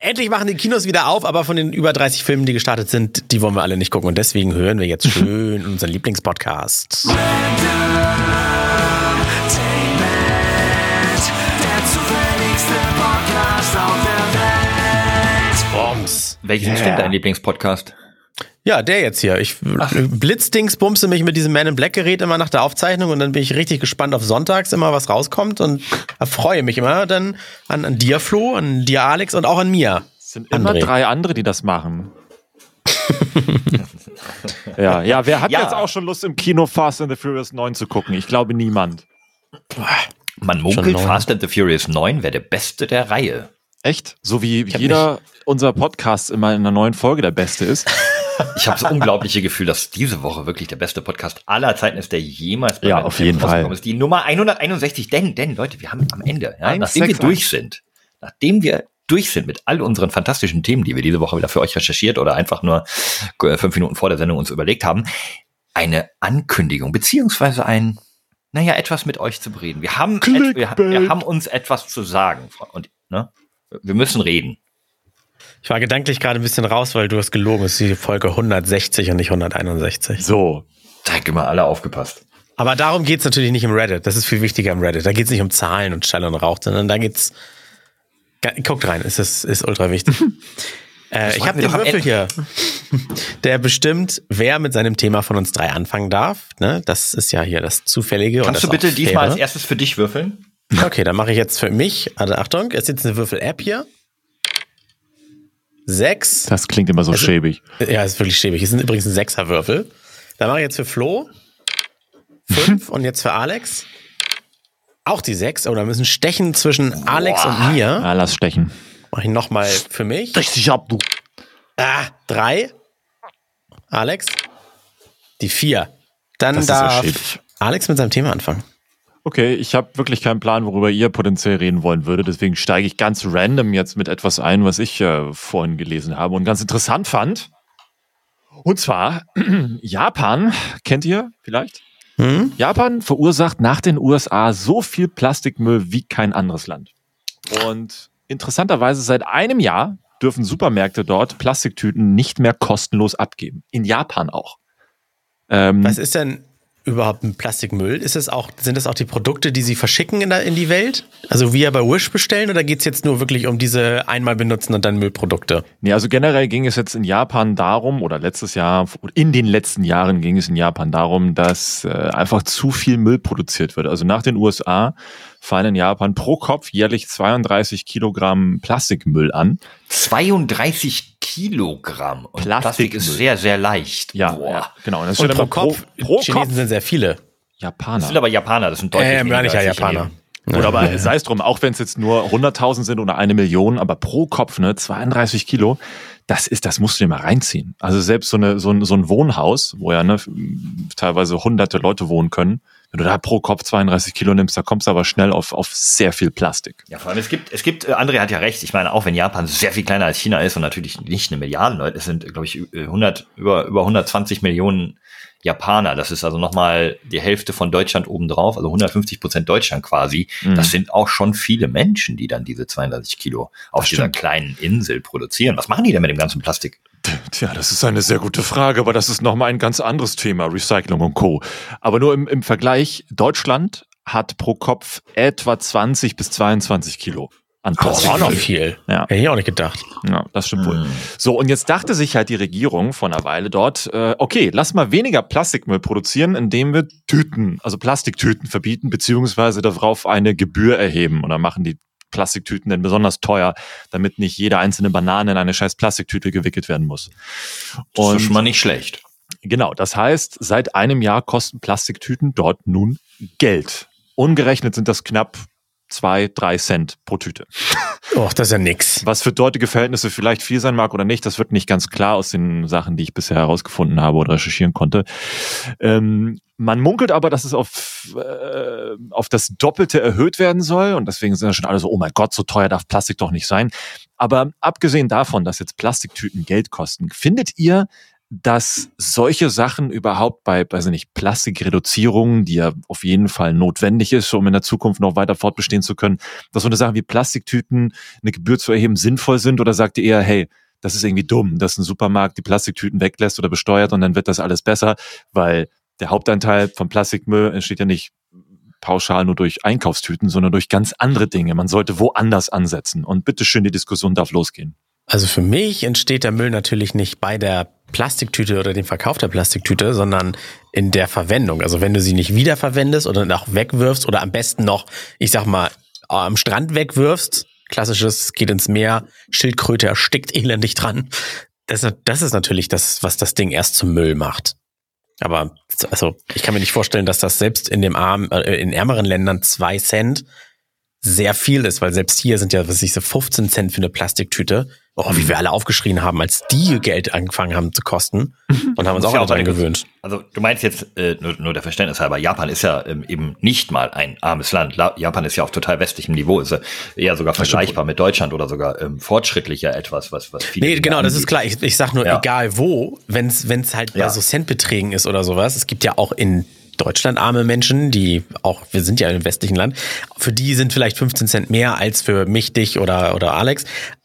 Endlich machen die Kinos wieder auf, aber von den über 30 Filmen, die gestartet sind, die wollen wir alle nicht gucken. Und deswegen hören wir jetzt schön unseren Lieblingspodcast. Bombs. Welches ist denn dein Lieblingspodcast? Ja, der jetzt hier. Ich blitzdings bumse mich mit diesem Man in Black Gerät immer nach der Aufzeichnung und dann bin ich richtig gespannt auf sonntags immer, was rauskommt und freue mich immer dann an dir, Flo, an dir, Alex und auch an mir. Es sind immer 3 andere, die das machen. ja, wer hat jetzt auch schon Lust im Kino Fast and the Furious 9 zu gucken? Ich glaube niemand. Man munkelt, Fast and the Furious 9 wäre der beste der Reihe. Echt? So wie jeder unserer Podcasts immer in einer neuen Folge der beste ist? Ich habe das unglaubliche Gefühl, dass diese Woche wirklich der beste Podcast aller Zeiten ist, der jemals bei auf jeden Fall ist. Die Nummer 161. Denn Leute, wir haben am Ende, nachdem wir durch sind mit all unseren fantastischen Themen, die wir diese Woche wieder für euch recherchiert oder einfach nur 5 Minuten vor der Sendung uns überlegt haben, eine Ankündigung beziehungsweise etwas mit euch zu bereden. Wir haben uns etwas zu sagen und wir müssen reden. Ich war gedanklich gerade ein bisschen raus, weil du hast gelogen. Es ist die Folge 160 und nicht 161. So. Zeig immer alle aufgepasst. Aber darum geht's natürlich nicht im Reddit. Das ist viel wichtiger im Reddit. Da geht's nicht um Zahlen und Schall und Rauch, sondern da geht's. Guckt rein, ist ultra wichtig. Ich habe den Würfel hier, der bestimmt, wer mit seinem Thema von uns 3 anfangen darf. Ne? Das ist ja hier das Zufällige. Kannst du bitte diesmal als erstes für dich würfeln? Okay, dann mache ich jetzt für mich. Also Achtung, es ist jetzt eine Würfel-App hier. 6. Das klingt immer so schäbig. Ja, ist wirklich schäbig. Es sind übrigens ein 6er-Würfel. Dann mache ich jetzt für Flo 5 und jetzt für Alex auch die 6. Oder müssen stechen zwischen Alex und mir. Ja, lass stechen. Mache ich nochmal für mich. Stech dich ab, du. 3. Alex. Die 4. Dann das darf ist Alex mit seinem Thema anfangen. Okay, ich habe wirklich keinen Plan, worüber ihr potenziell reden wollen würdet. Deswegen steige ich ganz random jetzt mit etwas ein, was ich vorhin gelesen habe und ganz interessant fand. Und zwar Japan, kennt ihr vielleicht? Japan verursacht nach den USA so viel Plastikmüll wie kein anderes Land. Und interessanterweise seit einem Das dürfen Supermärkte dort Plastiktüten nicht mehr kostenlos abgeben. In Japan auch. Was ist denn überhaupt ein Plastikmüll? Sind das auch die Produkte, die sie verschicken in die Welt? Also wir bei Wish bestellen oder geht es jetzt nur wirklich um diese einmal benutzen und dann Müllprodukte? Nee, also generell ging es jetzt in Japan darum, oder in den letzten Jahren ging es in Japan darum, dass einfach zu viel Müll produziert wird. Also nach den USA fallen in Japan pro Kopf jährlich 32 Kilogramm Plastikmüll an. 32 Kilogramm. Und Plastik ist sehr, sehr leicht. Ja, genau. Und das und pro Kopf, Chinesen sind sehr viele. Japaner. Das sind aber Japaner, das sind deutlich weniger als Japaner. Oder aber sei es drum, auch wenn es jetzt nur 100.000 sind oder 1 Million, aber pro Kopf 32 Kilo, das musst du dir mal reinziehen. Also selbst so ein Wohnhaus, wo ja teilweise hunderte Leute wohnen können, wenn du da pro Kopf 32 Kilo nimmst, da kommst du aber schnell auf sehr viel Plastik. Ja, vor allem es gibt, André hat ja recht, ich meine, auch wenn Japan sehr viel kleiner als China ist und natürlich nicht 1 Milliarde Leute, es sind, glaube ich, über 120 Millionen Japaner. Das ist also nochmal die Hälfte von Deutschland obendrauf, also 150% Deutschland quasi. Das sind auch schon viele Menschen, die dann diese 32 Kilo auf dieser kleinen Insel produzieren. Was machen die denn mit dem ganzen Plastik? Tja, das ist eine sehr gute Frage, aber das ist nochmal ein ganz anderes Thema, Recycling und Co. Aber nur im Vergleich, Deutschland hat pro Kopf etwa 20 bis 22 Kilo an Plastik. Das ist auch noch viel. Ja. Hätte ich auch nicht gedacht. Ja, das stimmt wohl. So, und jetzt dachte sich halt die Regierung vor einer Weile dort, okay, lass mal weniger Plastikmüll produzieren, indem wir Plastiktüten verbieten, beziehungsweise darauf eine Gebühr erheben. Und dann machen die Plastiktüten denn besonders teuer, damit nicht jede einzelne Banane in eine scheiß Plastiktüte gewickelt werden muss. Das ist schon mal nicht schlecht. Genau, das heißt, seit einem Jahr kosten Plastiktüten dort nun Geld. Ungerechnet sind das knapp 2-3 Cent pro Tüte. Och, das ist ja nix. Was für dortige Verhältnisse vielleicht viel sein mag oder nicht, das wird nicht ganz klar aus den Sachen, die ich bisher herausgefunden habe oder recherchieren konnte. Man munkelt aber, dass es auf das Doppelte erhöht werden soll und deswegen sind ja schon alle so, oh mein Gott, so teuer darf Plastik doch nicht sein. Aber abgesehen davon, dass jetzt Plastiktüten Geld kosten, findet ihr, dass solche Sachen überhaupt bei, weiß ich nicht, Plastikreduzierung, die ja auf jeden Fall notwendig ist, um in der Zukunft noch weiter fortbestehen zu können, dass so eine Sache wie Plastiktüten eine Gebühr zu erheben sinnvoll sind, oder sagt ihr eher, hey, das ist irgendwie dumm, dass ein Supermarkt die Plastiktüten weglässt oder besteuert und dann wird das alles besser, weil der Hauptanteil vom Plastikmüll entsteht ja nicht pauschal nur durch Einkaufstüten, sondern durch ganz andere Dinge. Man sollte woanders ansetzen. Und bitteschön, die Diskussion darf losgehen. Also für mich entsteht der Müll natürlich nicht bei der Plastiktüte oder dem Verkauf der Plastiktüte, sondern in der Verwendung. Also wenn du sie nicht wiederverwendest oder auch wegwirfst oder am besten noch, ich sag mal, am Strand wegwirfst, klassisches geht ins Meer, Schildkröte erstickt elendig dran. Das ist natürlich das, was das Ding erst zum Müll macht. Aber also ich kann mir nicht vorstellen, dass das selbst in in ärmeren Ländern 2 Cent sehr viel ist, weil selbst hier sind ja, was weiß ich, so 15 Cent für eine Plastiktüte. Oh, wie wir alle aufgeschrien haben, als die Geld angefangen haben zu kosten, und haben uns auch daran gewöhnt. Also du meinst jetzt, nur der Verständnis halber, Japan ist ja eben nicht mal ein armes Land. Japan ist ja auf total westlichem Niveau, ist ja eher sogar vergleichbar mit Deutschland oder sogar fortschrittlicher etwas, was viele... Nee, genau, das ist klar. Ich sag nur, egal wo, wenn's halt bei so Centbeträgen ist oder sowas, es gibt ja auch in Deutschland arme Menschen, wir sind ja im westlichen Land, für die sind vielleicht 15 Cent mehr als für mich, dich oder Alex,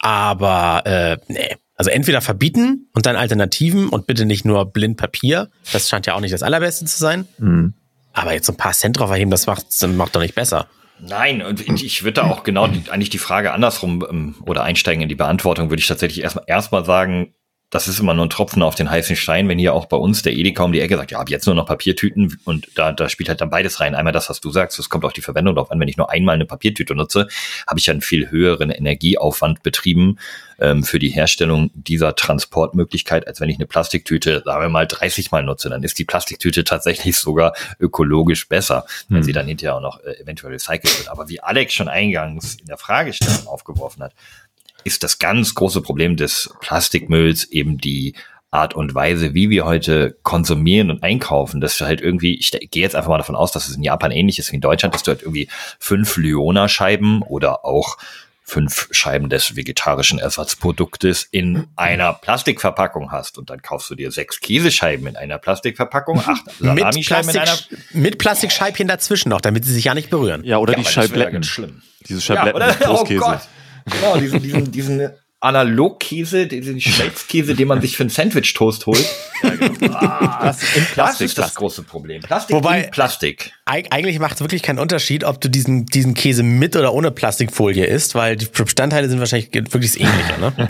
aber nee. Also entweder verbieten und dann Alternativen und bitte nicht nur blind Papier, das scheint ja auch nicht das Allerbeste zu sein, aber jetzt so ein paar Cent drauf erheben, das macht doch nicht besser. Nein, und ich würde da auch genau eigentlich die Frage andersrum oder einsteigen in die Beantwortung, würde ich tatsächlich erstmal sagen, das ist immer nur ein Tropfen auf den heißen Stein, wenn hier auch bei uns der Edeka um die Ecke sagt, ja, ab jetzt nur noch Papiertüten, und da spielt halt dann beides rein. Einmal das, was du sagst, es kommt auf die Verwendung drauf an. Wenn ich nur einmal eine Papiertüte nutze, habe ich ja einen viel höheren Energieaufwand betrieben für die Herstellung dieser Transportmöglichkeit, als wenn ich eine Plastiktüte, sagen wir mal, 30 Mal nutze. Dann ist die Plastiktüte tatsächlich sogar ökologisch besser, wenn sie dann hinterher auch noch eventuell recycelt wird. Aber wie Alex schon eingangs in der Fragestellung aufgeworfen hat, ist das ganz große Problem des Plastikmülls eben die Art und Weise, wie wir heute konsumieren und einkaufen. Das ist halt irgendwie, ich gehe jetzt einfach mal davon aus, dass es in Japan ähnlich ist wie in Deutschland, dass du halt irgendwie 5 Lyona-Scheiben oder auch 5 Scheiben des vegetarischen Ersatzproduktes in einer Plastikverpackung hast. Und dann kaufst du dir 6 Käsescheiben in einer Plastikverpackung, 8 Salamischeiben in einer... Mit Plastikscheibchen dazwischen noch, damit sie sich ja nicht berühren. Ja, oder die Scheibletten. Diese Scheibletten mit Großkäse. Oh Gott. Genau, diesen Analogkäse, diesen Schmelzkäse, den man sich für ein Sandwich-Toast holt. Ja, genau. Das ist das große Problem. Plastik. Plastik. Eigentlich macht es wirklich keinen Unterschied, ob du diesen Käse mit oder ohne Plastikfolie isst, weil die Bestandteile sind wahrscheinlich wirklich das Ähnliche, ne?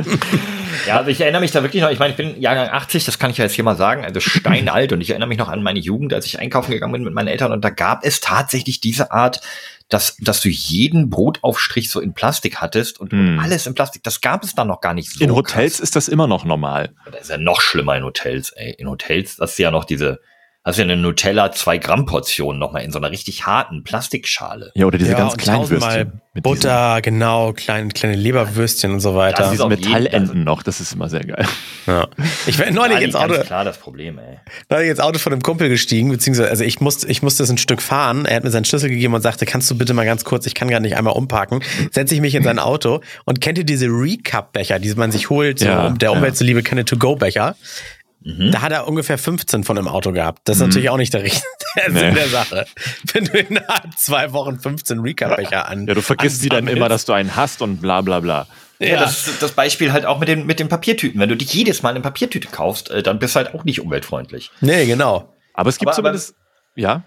Ja, also ich erinnere mich da wirklich noch, ich meine, ich bin Jahrgang 80, das kann ich ja jetzt hier mal sagen, also steinalt, und ich erinnere mich noch an meine Jugend, als ich einkaufen gegangen bin mit meinen Eltern, und da gab es tatsächlich diese Art, dass du jeden Brotaufstrich so in Plastik hattest und alles in Plastik. Das gab es dann noch gar nicht so. In Hotels ist das immer noch normal. Das ist ja noch schlimmer in Hotels, ey. In Hotels, das ist ja noch eine Nutella 2-Gramm-Portion nochmal in so einer richtig harten Plastikschale. Ja, oder diese ganz kleinen Würstchen. Mit Butter, genau, kleine Leberwürstchen und so weiter. Diese Metallenden noch, das ist immer sehr geil. Ja. Ich war neulich ins Auto. Ganz klar das Problem, ey. Neulich ins Auto von einem Kumpel gestiegen, beziehungsweise, also ich musste das ein Stück fahren. Er hat mir seinen Schlüssel gegeben und sagte, kannst du bitte mal ganz kurz, ich kann gerade nicht einmal umparken. Setze ich mich in sein Auto und kennt ihr diese Recap-Becher, die man sich holt, um der Umwelt zuliebe, keine To-Go-Becher? Da hat er ungefähr 15 von im Auto gehabt. Das ist natürlich auch nicht der Sinn der Sache. Wenn du innerhalb 2 Wochen 15 Recap-Becher Ja, du vergisst die dann immer, dass du einen hast und bla bla bla. Ja, das ist das Beispiel halt auch mit den Papiertüten. Wenn du dich jedes Mal eine Papiertüte kaufst, dann bist du halt auch nicht umweltfreundlich. Nee, genau. Aber es gibt zumindest... Ja?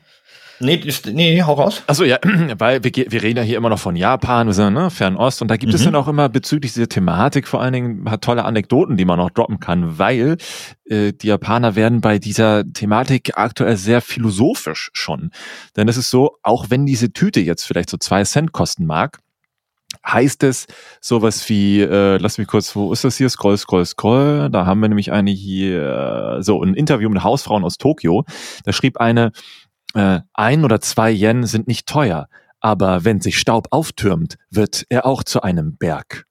Nee, hau raus. Achso, ja, weil wir reden ja hier immer noch von Japan, wir sind Fernost, und da gibt es dann auch immer bezüglich dieser Thematik vor allen Dingen tolle Anekdoten, die man noch droppen kann, weil die Japaner werden bei dieser Thematik aktuell sehr philosophisch schon. Denn es ist so, auch wenn diese Tüte jetzt vielleicht so 2 Cent kosten mag, heißt es sowas wie, lass mich kurz, wo ist das hier? Scroll. Da haben wir nämlich eine hier, so ein Interview mit Hausfrauen aus Tokio. Da schrieb eine, 1 oder 2 Yen sind nicht teuer, aber wenn sich Staub auftürmt, wird er auch zu einem Berg.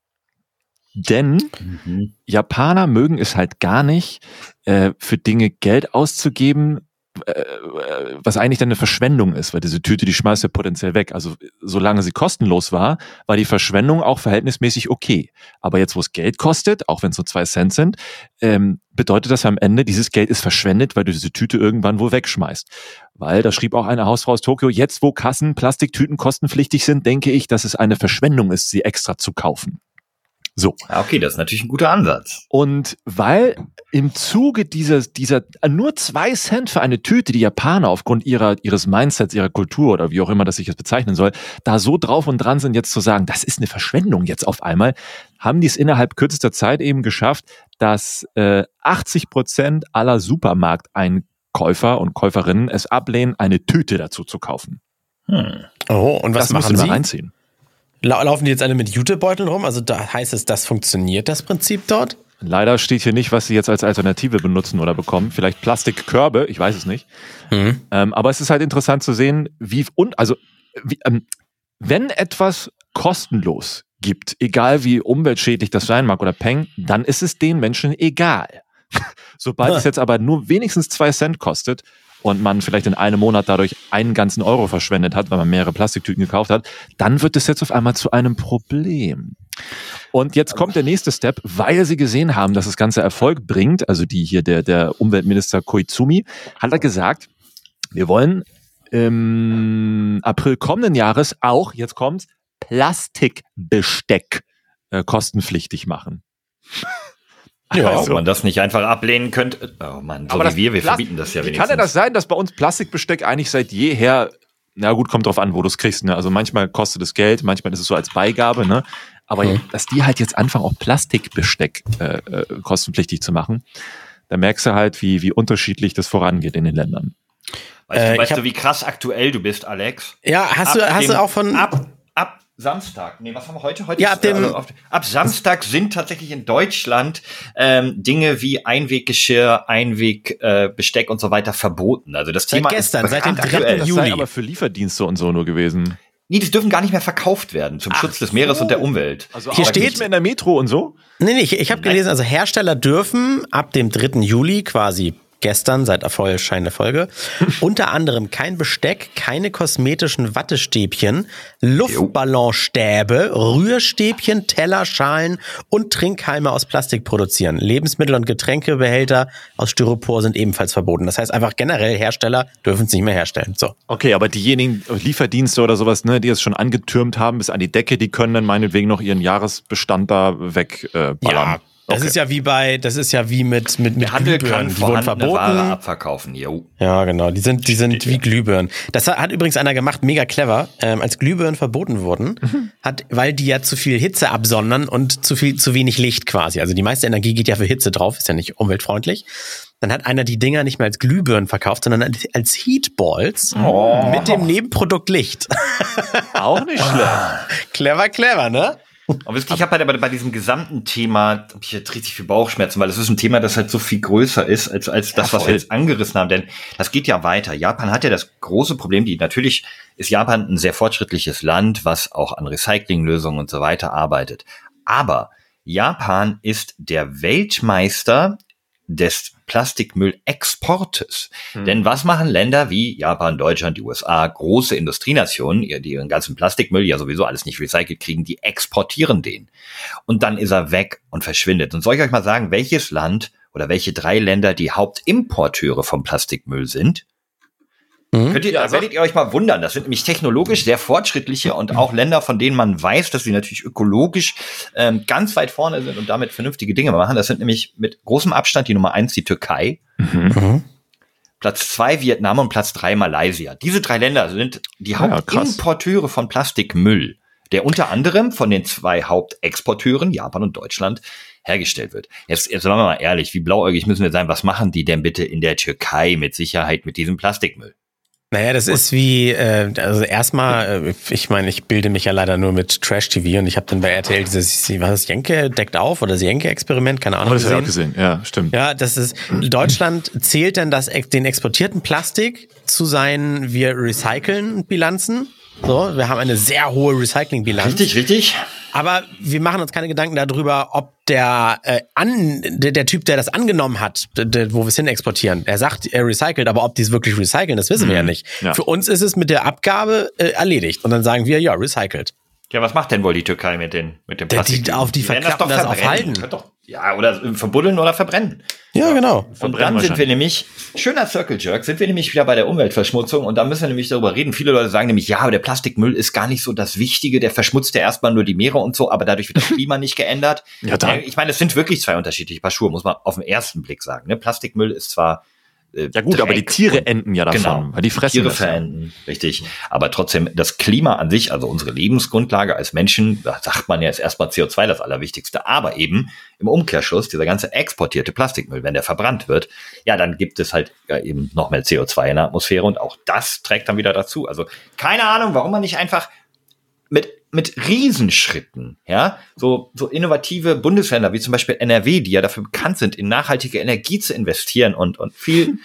Denn Japaner mögen es halt gar nicht, für Dinge Geld auszugeben, was eigentlich dann eine Verschwendung ist, weil diese Tüte, die schmeißt ja potenziell weg. Also solange sie kostenlos war die Verschwendung auch verhältnismäßig okay. Aber jetzt, wo es Geld kostet, auch wenn es nur 2 Cent sind, bedeutet das am Ende, dieses Geld ist verschwendet, weil du diese Tüte irgendwann wohl wegschmeißt. Weil, da schrieb auch eine Hausfrau aus Tokio, jetzt wo Kassen Plastiktüten kostenpflichtig sind, denke ich, dass es eine Verschwendung ist, sie extra zu kaufen. So. Okay, das ist natürlich ein guter Ansatz. Und weil im Zuge dieser nur 2 Cent für eine Tüte, die Japaner aufgrund ihres Mindsets, ihrer Kultur oder wie auch immer das sich jetzt bezeichnen soll, da so drauf und dran sind, jetzt zu sagen, das ist eine Verschwendung jetzt auf einmal, haben die es innerhalb kürzester Zeit eben geschafft, dass 80% aller Supermarkteinkäufer und Käuferinnen es ablehnen, eine Tüte dazu zu kaufen. Oh, und was machen sie? Mal reinziehen. Laufen die jetzt alle mit Jutebeuteln rum? Also da heißt es, das funktioniert, das Prinzip dort? Leider steht hier nicht, was sie jetzt als Alternative benutzen oder bekommen. Vielleicht Plastikkörbe, ich weiß es nicht. Aber es ist halt interessant zu sehen, wenn etwas kostenlos gibt, egal wie umweltschädlich das sein mag oder Peng, dann ist es den Menschen egal. Sobald es jetzt aber nur wenigstens 2 Cent kostet und man vielleicht in einem Monat dadurch einen ganzen Euro verschwendet hat, weil man mehrere Plastiktüten gekauft hat, dann wird es jetzt auf einmal zu einem Problem. Und jetzt kommt der nächste Step, weil sie gesehen haben, dass das Ganze Erfolg bringt, also der Umweltminister Koizumi, hat er gesagt, wir wollen im April kommenden Jahres auch, jetzt kommt's, Plastikbesteck kostenpflichtig machen. Ja, also, ob man das nicht einfach ablehnen könnte. Oh Mann, so aber wir verbieten das ja wenigstens. Kann ja das sein, dass bei uns Plastikbesteck eigentlich seit jeher, na gut, kommt drauf an, wo du es kriegst, ne? Also manchmal kostet es Geld, manchmal ist es so als Beigabe, ne? Aber dass die halt jetzt anfangen, auch Plastikbesteck kostenpflichtig zu machen, da merkst du halt, wie unterschiedlich das vorangeht in den Ländern. Weißt du, wie krass aktuell du bist, Alex? Ja, hast du auch von... Ab Samstag, was haben wir heute? Ab Samstag sind tatsächlich in Deutschland Dinge wie Einweggeschirr, Einwegbesteck und so weiter verboten. Also das Thema gestern, ist seit dem 3. Juli. Das sei Juli. aber für Lieferdienste und so nur gewesen. Nee, die dürfen gar nicht mehr verkauft werden zum Schutz des Meeres und der Umwelt. Also hier steht nicht mehr in der Metro und so? Nee, ich habe gelesen, also Hersteller dürfen ab dem 3. Juli quasi gestern, seit Erscheinen der Folge, unter anderem kein Besteck, keine kosmetischen Wattestäbchen, Luftballonstäbe, Rührstäbchen, Teller, Schalen und Trinkhalme aus Plastik produzieren. Lebensmittel- und Getränkebehälter aus Styropor sind ebenfalls verboten. Das heißt einfach generell, Hersteller dürfen es nicht mehr herstellen. So. Okay, aber diejenigen Lieferdienste oder sowas, ne, die es schon angetürmt haben bis an die Decke, die können dann meinetwegen noch ihren Jahresbestand da wegballern. Ja. Das ist ja wie mit Glühbirnen, die wurden verboten. Ware abverkaufen, jo. Ja, genau, die sind wie Glühbirnen. Das hat übrigens einer gemacht, mega clever, als Glühbirnen verboten wurden, weil die ja zu viel Hitze absondern und zu wenig Licht quasi. Also die meiste Energie geht ja für Hitze drauf, ist ja nicht umweltfreundlich. Dann hat einer die Dinger nicht mehr als Glühbirnen verkauft, sondern als Heatballs mit dem Nebenprodukt Licht. Auch nicht schlecht. Clever, ne? Aber wisst ihr, ich habe halt bei diesem gesamten Thema hab ich jetzt richtig viel Bauchschmerzen, weil es ist ein Thema, das halt so viel größer ist als das, was wir jetzt angerissen haben. Denn das geht ja weiter. Japan hat ja das große Problem, natürlich ist Japan ein sehr fortschrittliches Land, was auch an Recyclinglösungen und so weiter arbeitet. Aber Japan ist der Weltmeister des Plastikmüllexportes. Denn was machen Länder wie Japan, Deutschland, die USA, große Industrienationen, die ihren ganzen Plastikmüll ja sowieso alles nicht recycelt kriegen, die exportieren den. Und dann ist er weg und verschwindet. Und soll ich euch mal sagen, welches Land oder welche 3 Länder die Hauptimporteure vom Plastikmüll sind? Werdet ihr euch mal wundern. Das sind nämlich technologisch sehr fortschrittliche und auch Länder, von denen man weiß, dass sie natürlich ökologisch ganz weit vorne sind und damit vernünftige Dinge machen. Das sind nämlich mit großem Abstand die Nummer 1 die Türkei, Platz 2 Vietnam und Platz 3 Malaysia. Diese 3 Länder sind die Hauptimporteure von Plastikmüll, der unter anderem von den 2 Hauptexporteuren, Japan und Deutschland, hergestellt wird. Jetzt sagen wir mal ehrlich, wie blauäugig müssen wir sein? Was machen die denn bitte in der Türkei mit Sicherheit mit diesem Plastikmüll? Naja, das ist wie, also erstmal, ich meine, ich bilde mich ja leider nur mit Trash-TV und ich habe dann bei RTL dieses, was ist Jenke deckt auf oder das Jenke-Experiment, keine Ahnung. Das habe ich auch gesehen, ja, stimmt. Ja, das ist, Deutschland zählt dann den exportierten Plastik zu seinen, wir recyceln Bilanzen. So, wir haben eine sehr hohe Recycling-Bilanz. Richtig. Aber wir machen uns keine Gedanken darüber, ob der Typ, der das angenommen hat, wo wir es hin exportieren, er sagt, er recycelt, aber ob die es wirklich recyceln, das wissen wir ja nicht. Ja. Für uns ist es mit der Abgabe erledigt. Und dann sagen wir, ja, recycelt. Ja, was macht denn wohl die Türkei mit dem Plastik? Die verklappen das aufhalten. Ja, oder verbuddeln oder verbrennen. Ja, genau. Und dann sind wir nämlich, schöner Circle Jerk, sind wir nämlich wieder bei der Umweltverschmutzung und da müssen wir nämlich darüber reden. Viele Leute sagen nämlich, ja, aber der Plastikmüll ist gar nicht so das Wichtige, der verschmutzt ja erstmal nur die Meere und so, aber dadurch wird das Klima nicht geändert. Ja, ich meine, es sind wirklich zwei unterschiedliche Paar Schuhe, muss man auf den ersten Blick sagen. Ne? Plastikmüll ist zwar ja gut, aber die Tiere enden ja davon, genau, weil die fressen Tiere verenden, richtig. Aber trotzdem, das Klima an sich, also unsere Lebensgrundlage als Menschen, da sagt man ja, ist erstmal CO2 das Allerwichtigste, aber eben im Umkehrschluss, dieser ganze exportierte Plastikmüll, wenn der verbrannt wird, ja, dann gibt es halt eben noch mehr CO2 in der Atmosphäre und auch das trägt dann wieder dazu. Also keine Ahnung, warum man nicht einfach mit Riesenschritten, ja, so innovative Bundesländer wie zum Beispiel NRW, die ja dafür bekannt sind, in nachhaltige Energie zu investieren und viel,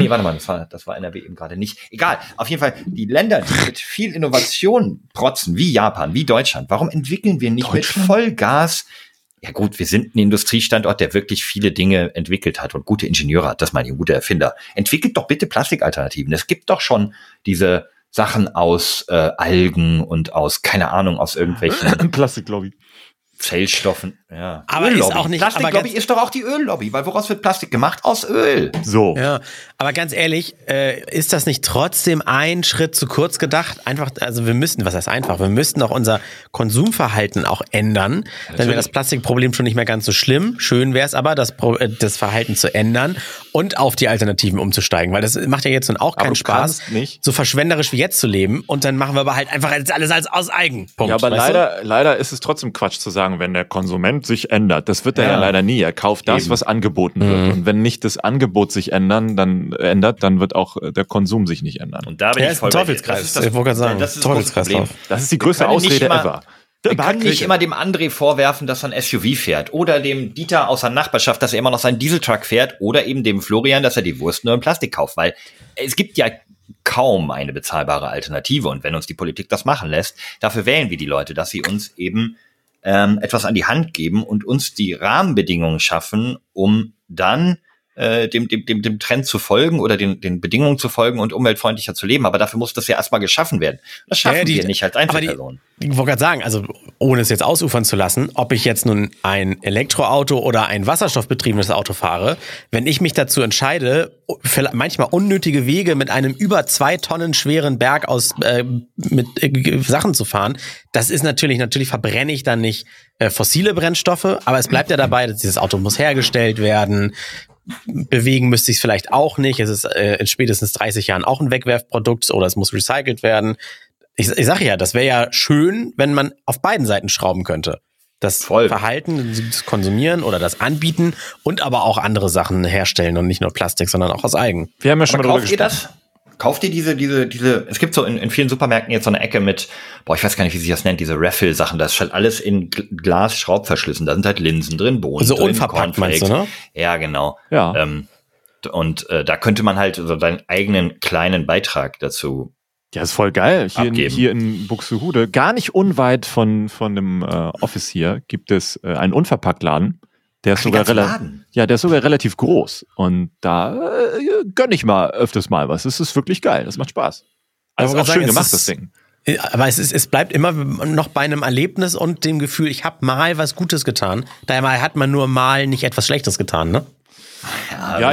das war NRW eben gerade nicht. Egal, auf jeden Fall, die Länder, die mit viel Innovation protzen, wie Japan, wie Deutschland, warum entwickeln wir nicht mit Vollgas? Ja gut, wir sind ein Industriestandort, der wirklich viele Dinge entwickelt hat und gute Ingenieure hat, das meine ich, gute Erfinder. Entwickelt doch bitte Plastikalternativen. Es gibt doch schon diese Sachen aus Algen und aus, keine Ahnung, aus irgendwelchen Plastiklobby. Zellstoffen, ja. Aber Öllobby. Ist auch nicht. Plastiklobby ist doch auch die Öllobby, weil woraus wird Plastik gemacht? Aus Öl. So. Ja, aber ganz ehrlich, ist das nicht trotzdem ein Schritt zu kurz gedacht? Einfach, also wir müssten auch unser Konsumverhalten auch ändern. Ja, dann wäre das Plastikproblem schon nicht mehr ganz so schlimm. Schön wäre es aber, das Verhalten zu ändern und auf die Alternativen umzusteigen, weil das macht ja jetzt nun auch keinen Spaß, so verschwenderisch wie jetzt zu leben und dann machen wir aber halt einfach alles als aus Eigen. Punkt. Ja, aber leider ist es trotzdem Quatsch zu sagen, wenn der Konsument sich ändert. Das wird er ja leider nie. Er kauft das, was angeboten wird. Und wenn nicht das Angebot sich ändert, dann wird auch der Konsum sich nicht ändern. Und da bin ich voll Teufelskreis. Ich wollte gerade sagen, das ist Teufelskreislauf. Das ist die größte Ausrede ever. Wir können nicht immer dem André vorwerfen, dass er ein SUV fährt oder dem Dieter aus der Nachbarschaft, dass er immer noch seinen Dieseltruck fährt oder eben dem Florian, dass er die Wurst nur in Plastik kauft, weil es gibt ja kaum eine bezahlbare Alternative und wenn uns die Politik das machen lässt, dafür wählen wir die Leute, dass sie uns eben etwas an die Hand geben und uns die Rahmenbedingungen schaffen, um dann dem Trend zu folgen oder den Bedingungen zu folgen und umweltfreundlicher zu leben. Aber dafür muss das ja erstmal geschaffen werden. Das schaffen wir nicht als Einzelperson. Ich wollte gerade sagen, also ohne es jetzt ausufern zu lassen, ob ich jetzt nun ein Elektroauto oder ein wasserstoffbetriebenes Auto fahre, wenn ich mich dazu entscheide, manchmal unnötige Wege mit einem über 2 Tonnen schweren Berg mit Sachen zu fahren, das ist natürlich verbrenne ich dann nicht fossile Brennstoffe, aber es bleibt ja dabei, dass dieses Auto muss hergestellt werden. Bewegen müsste ich es vielleicht auch nicht. Es ist in spätestens 30 Jahren auch ein Wegwerfprodukt oder es muss recycelt werden. Ich sage ja, das wäre ja schön, wenn man auf beiden Seiten schrauben könnte. Das Verhalten, das Konsumieren oder das Anbieten und aber auch andere Sachen herstellen und nicht nur Plastik, sondern auch aus Eigen. Wir haben ja schon mal drüber gesprochen. Kauft ihr diese, es gibt so in vielen Supermärkten jetzt so eine Ecke mit, ich weiß gar nicht, wie sich das nennt, diese Refill-Sachen, das ist halt alles in Glas-Schraubverschlüssen, da sind halt Linsen drin, Bohnen also drin, unverpackt meinst du, ne? Ja, genau. Ja. Da könnte man halt so seinen eigenen kleinen Beitrag dazu ja, ist voll geil. Hier in Buxtehude, gar nicht unweit von dem Office hier, gibt es einen Unverpacktladen. Der ist sogar relativ groß. Und da gönne ich mal öfters mal was. Es ist wirklich geil. Das macht Spaß. Also auch schön gemacht, das Ding. Aber es bleibt immer noch bei einem Erlebnis und dem Gefühl, ich habe mal was Gutes getan. Daher hat man nur mal nicht etwas Schlechtes getan, ne? Ja,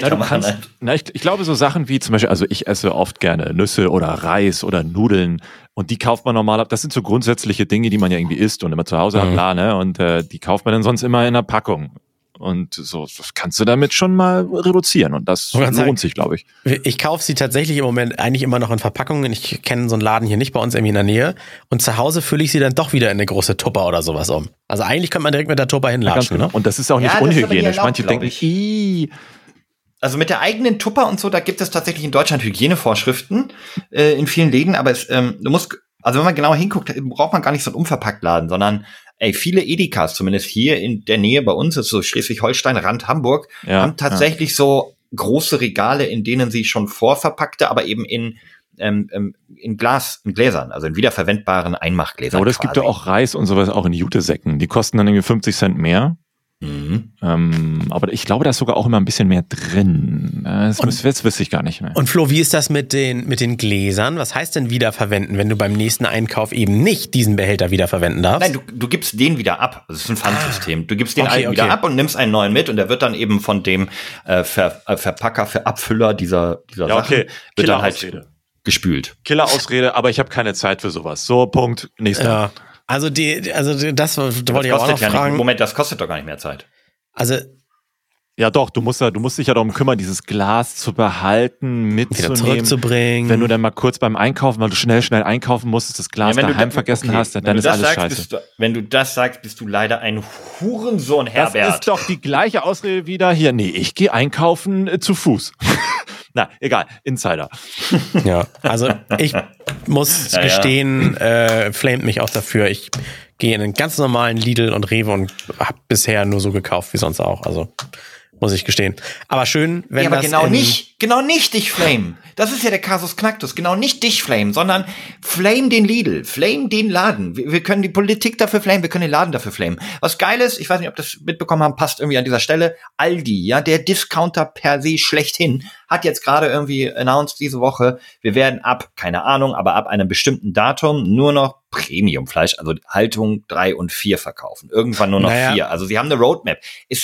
ich glaube so Sachen wie zum Beispiel, also ich esse oft gerne Nüsse oder Reis oder Nudeln und die kauft man normal ab. Das sind so grundsätzliche Dinge, die man ja irgendwie isst und immer zu Hause hat, klar, ne? Und die kauft man dann sonst immer in einer Packung. Und so, das kannst du damit schon mal reduzieren und das lohnt sich, glaube ich. Ich kaufe sie tatsächlich im Moment eigentlich immer noch in Verpackungen. Ich kenne so einen Laden hier nicht bei uns irgendwie in der Nähe. Und zu Hause fülle ich sie dann doch wieder in eine große Tupper oder sowas um. Also eigentlich könnte man direkt mit der Tupper hinlatschen. Ja, ne? Und das ist auch nicht unhygienisch. Manche denken, also mit der eigenen Tupper und so, da gibt es tatsächlich in Deutschland Hygienevorschriften in vielen Läden, aber wenn man genau hinguckt, braucht man gar nicht so einen Unverpacktladen, sondern viele Edekas, zumindest hier in der Nähe bei uns, ist so Schleswig-Holstein, Rand Hamburg, haben tatsächlich so große Regale, in denen sie schon vorverpackte, aber eben in in Gläsern, also in wiederverwendbaren Einmachgläsern. Oder es gibt ja auch Reis und sowas auch in Jutesäcken. Die kosten dann irgendwie 50 Cent mehr. Aber ich glaube, da ist sogar auch immer ein bisschen mehr drin. Das wüsste ich gar nicht mehr. Und Flo, wie ist das mit den Gläsern? Was heißt denn wiederverwenden, wenn du beim nächsten Einkauf eben nicht diesen Behälter wiederverwenden darfst? Nein, du gibst den wieder ab. Das ist ein Pfandsystem. Du gibst den alten wieder ab und nimmst einen neuen mit und der wird dann eben von dem Verpacker für Abfüller dieser Sachen wird dann halt gespült. Killerausrede, aber ich habe keine Zeit für sowas. So, Punkt. Nächster. Ja. Also das wollte ich auch noch fragen. Moment, das kostet doch gar nicht mehr Zeit. Also ja doch, du musst dich ja darum kümmern, dieses Glas zu behalten, mitzunehmen. Wieder zurückzubringen. Wenn du dann mal kurz beim Einkaufen, weil du schnell einkaufen musstest, das Glas daheim vergessen hast, dann ist alles scheiße. Wenn du das sagst, bist du leider ein Hurensohn, Herbert. Das ist doch die gleiche Ausrede wieder hier. Nee, ich gehe einkaufen zu Fuß. Na, egal, Insider. Ja, also ich muss gestehen, flamet mich auch dafür. Ich gehe in einen ganz normalen Lidl und Rewe und habe bisher nur so gekauft wie sonst auch. Also muss ich gestehen. Aber schön, wenn aber das genau nicht dich flamen. Das ist ja der Kasus Knacktus. Genau nicht dich flamen, sondern flame den Lidl, flame den Laden. Wir können die Politik dafür flamen, wir können den Laden dafür flamen. Was geil ist, ich weiß nicht, ob das mitbekommen haben, passt irgendwie an dieser Stelle. Aldi, ja, der Discounter per se schlechthin, hat jetzt gerade irgendwie announced diese Woche, wir werden ab einem bestimmten Datum nur noch Premiumfleisch, also Haltung 3 und 4 verkaufen. Irgendwann nur noch 4. Also sie haben eine Roadmap.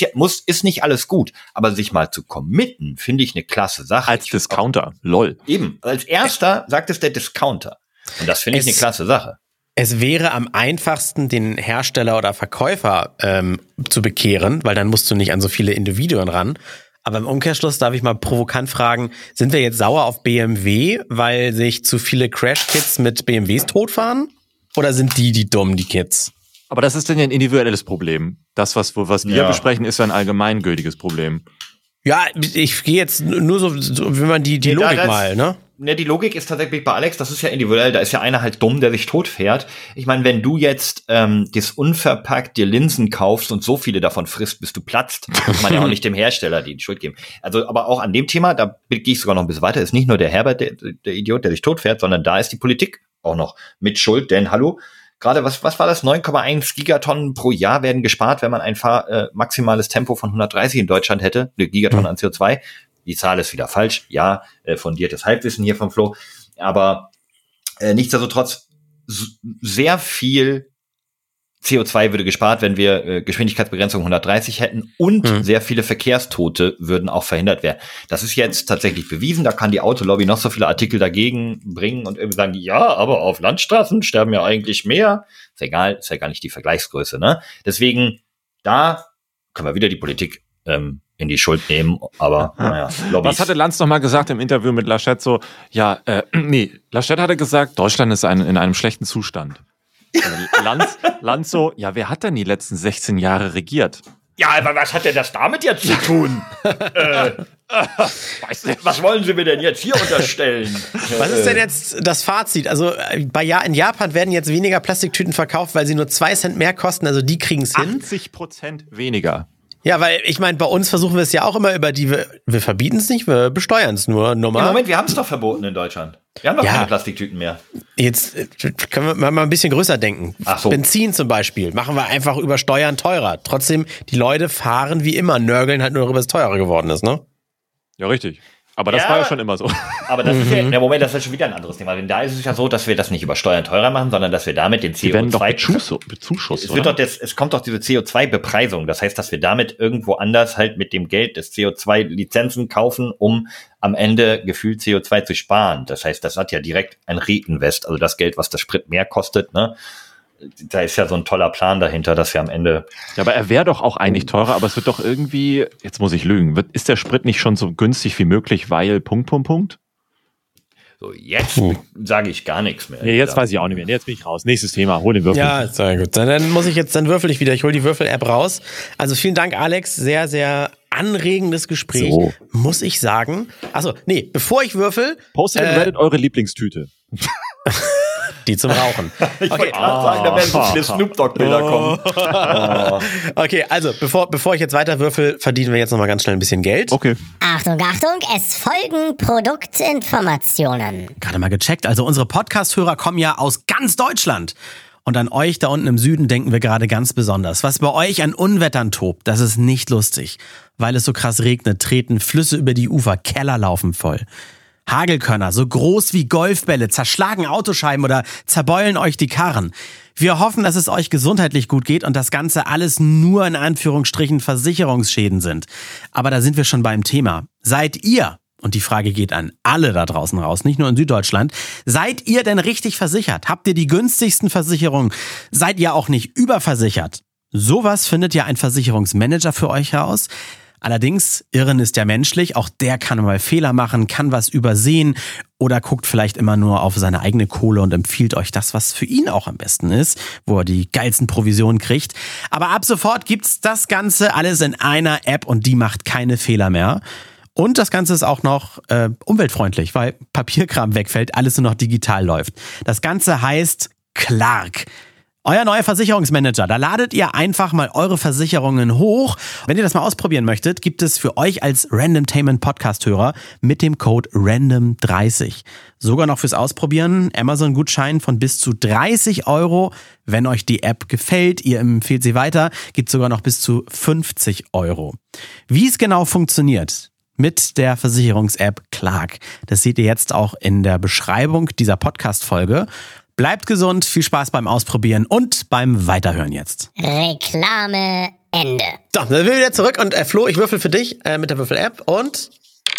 Ist nicht alles gut, aber sich mal zu committen, finde ich eine klasse Sache. Als Discounter, lol. Eben, als erster sagt es der Discounter. Und das finde ich eine klasse Sache. Es wäre am einfachsten, den Hersteller oder Verkäufer zu bekehren, weil dann musst du nicht an so viele Individuen ran. Aber im Umkehrschluss darf ich mal provokant fragen, sind wir jetzt sauer auf BMW, weil sich zu viele Crash-Kids mit BMWs totfahren? Oder sind die dumm, die Kids? Aber das ist dann ja ein individuelles Problem. Das, was wir besprechen, ist ein allgemeingültiges Problem. Ja, ich gehe jetzt nur so wenn man die Logik mal, ne? Ne, die Logik ist tatsächlich bei Alex, das ist ja individuell, da ist ja einer halt dumm, der sich totfährt. Ich meine, wenn du jetzt das unverpackt dir Linsen kaufst und so viele davon frisst, bis du platzt, muss man ja auch nicht dem Hersteller die Schuld geben. Also, aber auch an dem Thema, da gehe ich sogar noch ein bisschen weiter, ist nicht nur der Herbert, der Idiot, der sich totfährt, sondern da ist die Politik auch noch mit Schuld, denn hallo, gerade was war das? 9,1 Gigatonnen pro Jahr werden gespart, wenn man ein maximales Tempo von 130 in Deutschland hätte, eine Gigatonne an CO2. Die Zahl ist wieder falsch, ja, fundiertes Halbwissen hier vom Flo, aber nichtsdestotrotz sehr viel CO2 würde gespart, wenn wir Geschwindigkeitsbegrenzung 130 hätten und sehr viele Verkehrstote würden auch verhindert werden. Das ist jetzt tatsächlich bewiesen, da kann die Autolobby noch so viele Artikel dagegen bringen und irgendwie sagen, ja, aber auf Landstraßen sterben ja eigentlich mehr. Ist egal, ist ja gar nicht die Vergleichsgröße, ne? Deswegen, da können wir wieder die Politik in die Schuld nehmen, aber naja, Lobbys. Was hatte Lanz noch mal gesagt im Interview mit Laschet so, Laschet hatte gesagt, Deutschland ist in einem schlechten Zustand. Lanz so, ja, wer hat denn die letzten 16 Jahre regiert? Ja, aber was hat denn das damit jetzt zu tun? Was wollen Sie mir denn jetzt hier unterstellen? Was ist denn jetzt das Fazit? Also in Japan werden jetzt weniger Plastiktüten verkauft, weil sie nur 2 Cent mehr kosten, also die kriegen es hin. 80% weniger. Ja, weil ich meine, bei uns versuchen wir es ja auch immer über wir verbieten es nicht, wir besteuern es nur. Moment, wir haben es doch verboten in Deutschland. Wir haben doch keine Plastiktüten mehr. Jetzt können wir mal ein bisschen größer denken. Ach so. Benzin zum Beispiel machen wir einfach über Steuern teurer. Trotzdem, die Leute fahren wie immer, nörgeln halt nur darüber, dass es teurer geworden ist, ne? Ja, richtig. Aber das war ja schon immer so. Aber das ist Moment, das ist schon wieder ein anderes Thema. Denn da ist es ja so, dass wir das nicht über Steuern teurer machen, sondern dass wir damit den CO2... Die werden doch bezuschusst, es kommt doch diese CO2-Bepreisung. Das heißt, dass wir damit irgendwo anders halt mit dem Geld des CO2-Lizenzen kaufen, um am Ende gefühlt CO2 zu sparen. Das heißt, das hat ja direkt ein Reinvest, also das Geld, was der Sprit mehr kostet, ne? Da ist ja so ein toller Plan dahinter, dass wir am Ende... Ja, aber er wäre doch auch eigentlich teurer, aber es wird doch irgendwie, jetzt muss ich lügen, ist der Sprit nicht schon so günstig wie möglich, weil ... So, jetzt sage ich gar nichts mehr. Nee, jetzt weiß ich auch nicht mehr. Jetzt bin ich raus. Nächstes Thema, hol den Würfel. Ja, sehr gut. Dann würfel ich wieder. Ich hole die Würfel-App raus. Also vielen Dank, Alex. Sehr, sehr anregendes Gespräch, muss ich sagen. Achso, nee, bevor ich würfel... Postet in Reddit eure Lieblingstüte. die zum Rauchen. Ich wollte gerade sagen, da werden so viele Snoop Dogg-Bilder kommen. Okay, also bevor ich jetzt weiter würfel, verdienen wir jetzt nochmal ganz schnell ein bisschen Geld. Okay. Achtung, Achtung, es folgen Produktinformationen. Gerade mal gecheckt, also unsere Podcast-Hörer kommen ja aus ganz Deutschland. Und an euch da unten im Süden denken wir gerade ganz besonders. Was bei euch an Unwettern tobt, das ist nicht lustig. Weil es so krass regnet, treten Flüsse über die Ufer, Keller laufen voll. Hagelkörner, so groß wie Golfbälle, zerschlagen Autoscheiben oder zerbeulen euch die Karren. Wir hoffen, dass es euch gesundheitlich gut geht und das Ganze alles nur in Anführungsstrichen Versicherungsschäden sind. Aber da sind wir schon beim Thema. Seid ihr, und die Frage geht an alle da draußen raus, nicht nur in Süddeutschland, seid ihr denn richtig versichert? Habt ihr die günstigsten Versicherungen? Seid ihr auch nicht überversichert? Sowas findet ja ein Versicherungsmanager für euch heraus. Allerdings, Irren ist ja menschlich, auch der kann mal Fehler machen, kann was übersehen oder guckt vielleicht immer nur auf seine eigene Kohle und empfiehlt euch das, was für ihn auch am besten ist, wo er die geilsten Provisionen kriegt. Aber ab sofort gibt's das Ganze alles in einer App und die macht keine Fehler mehr. Und das Ganze ist auch noch umweltfreundlich, weil Papierkram wegfällt, alles nur noch digital läuft. Das Ganze heißt Clark. Euer neuer Versicherungsmanager. Da ladet ihr einfach mal eure Versicherungen hoch. Wenn ihr das mal ausprobieren möchtet, gibt es für euch als Randomtainment Podcast-Hörer mit dem Code RANDOM30 sogar noch fürs Ausprobieren Amazon-Gutschein von bis zu 30 €. Wenn euch die App gefällt, ihr empfehlt sie weiter, gibt es sogar noch bis zu 50 €. Wie es genau funktioniert mit der Versicherungs-App Clark, das seht ihr jetzt auch in der Beschreibung dieser Podcast-Folge. Bleibt gesund, viel Spaß beim Ausprobieren und beim Weiterhören jetzt. Reklame Ende. So, dann sind wir wieder zurück und Flo, ich würfel für dich mit der Würfel-App und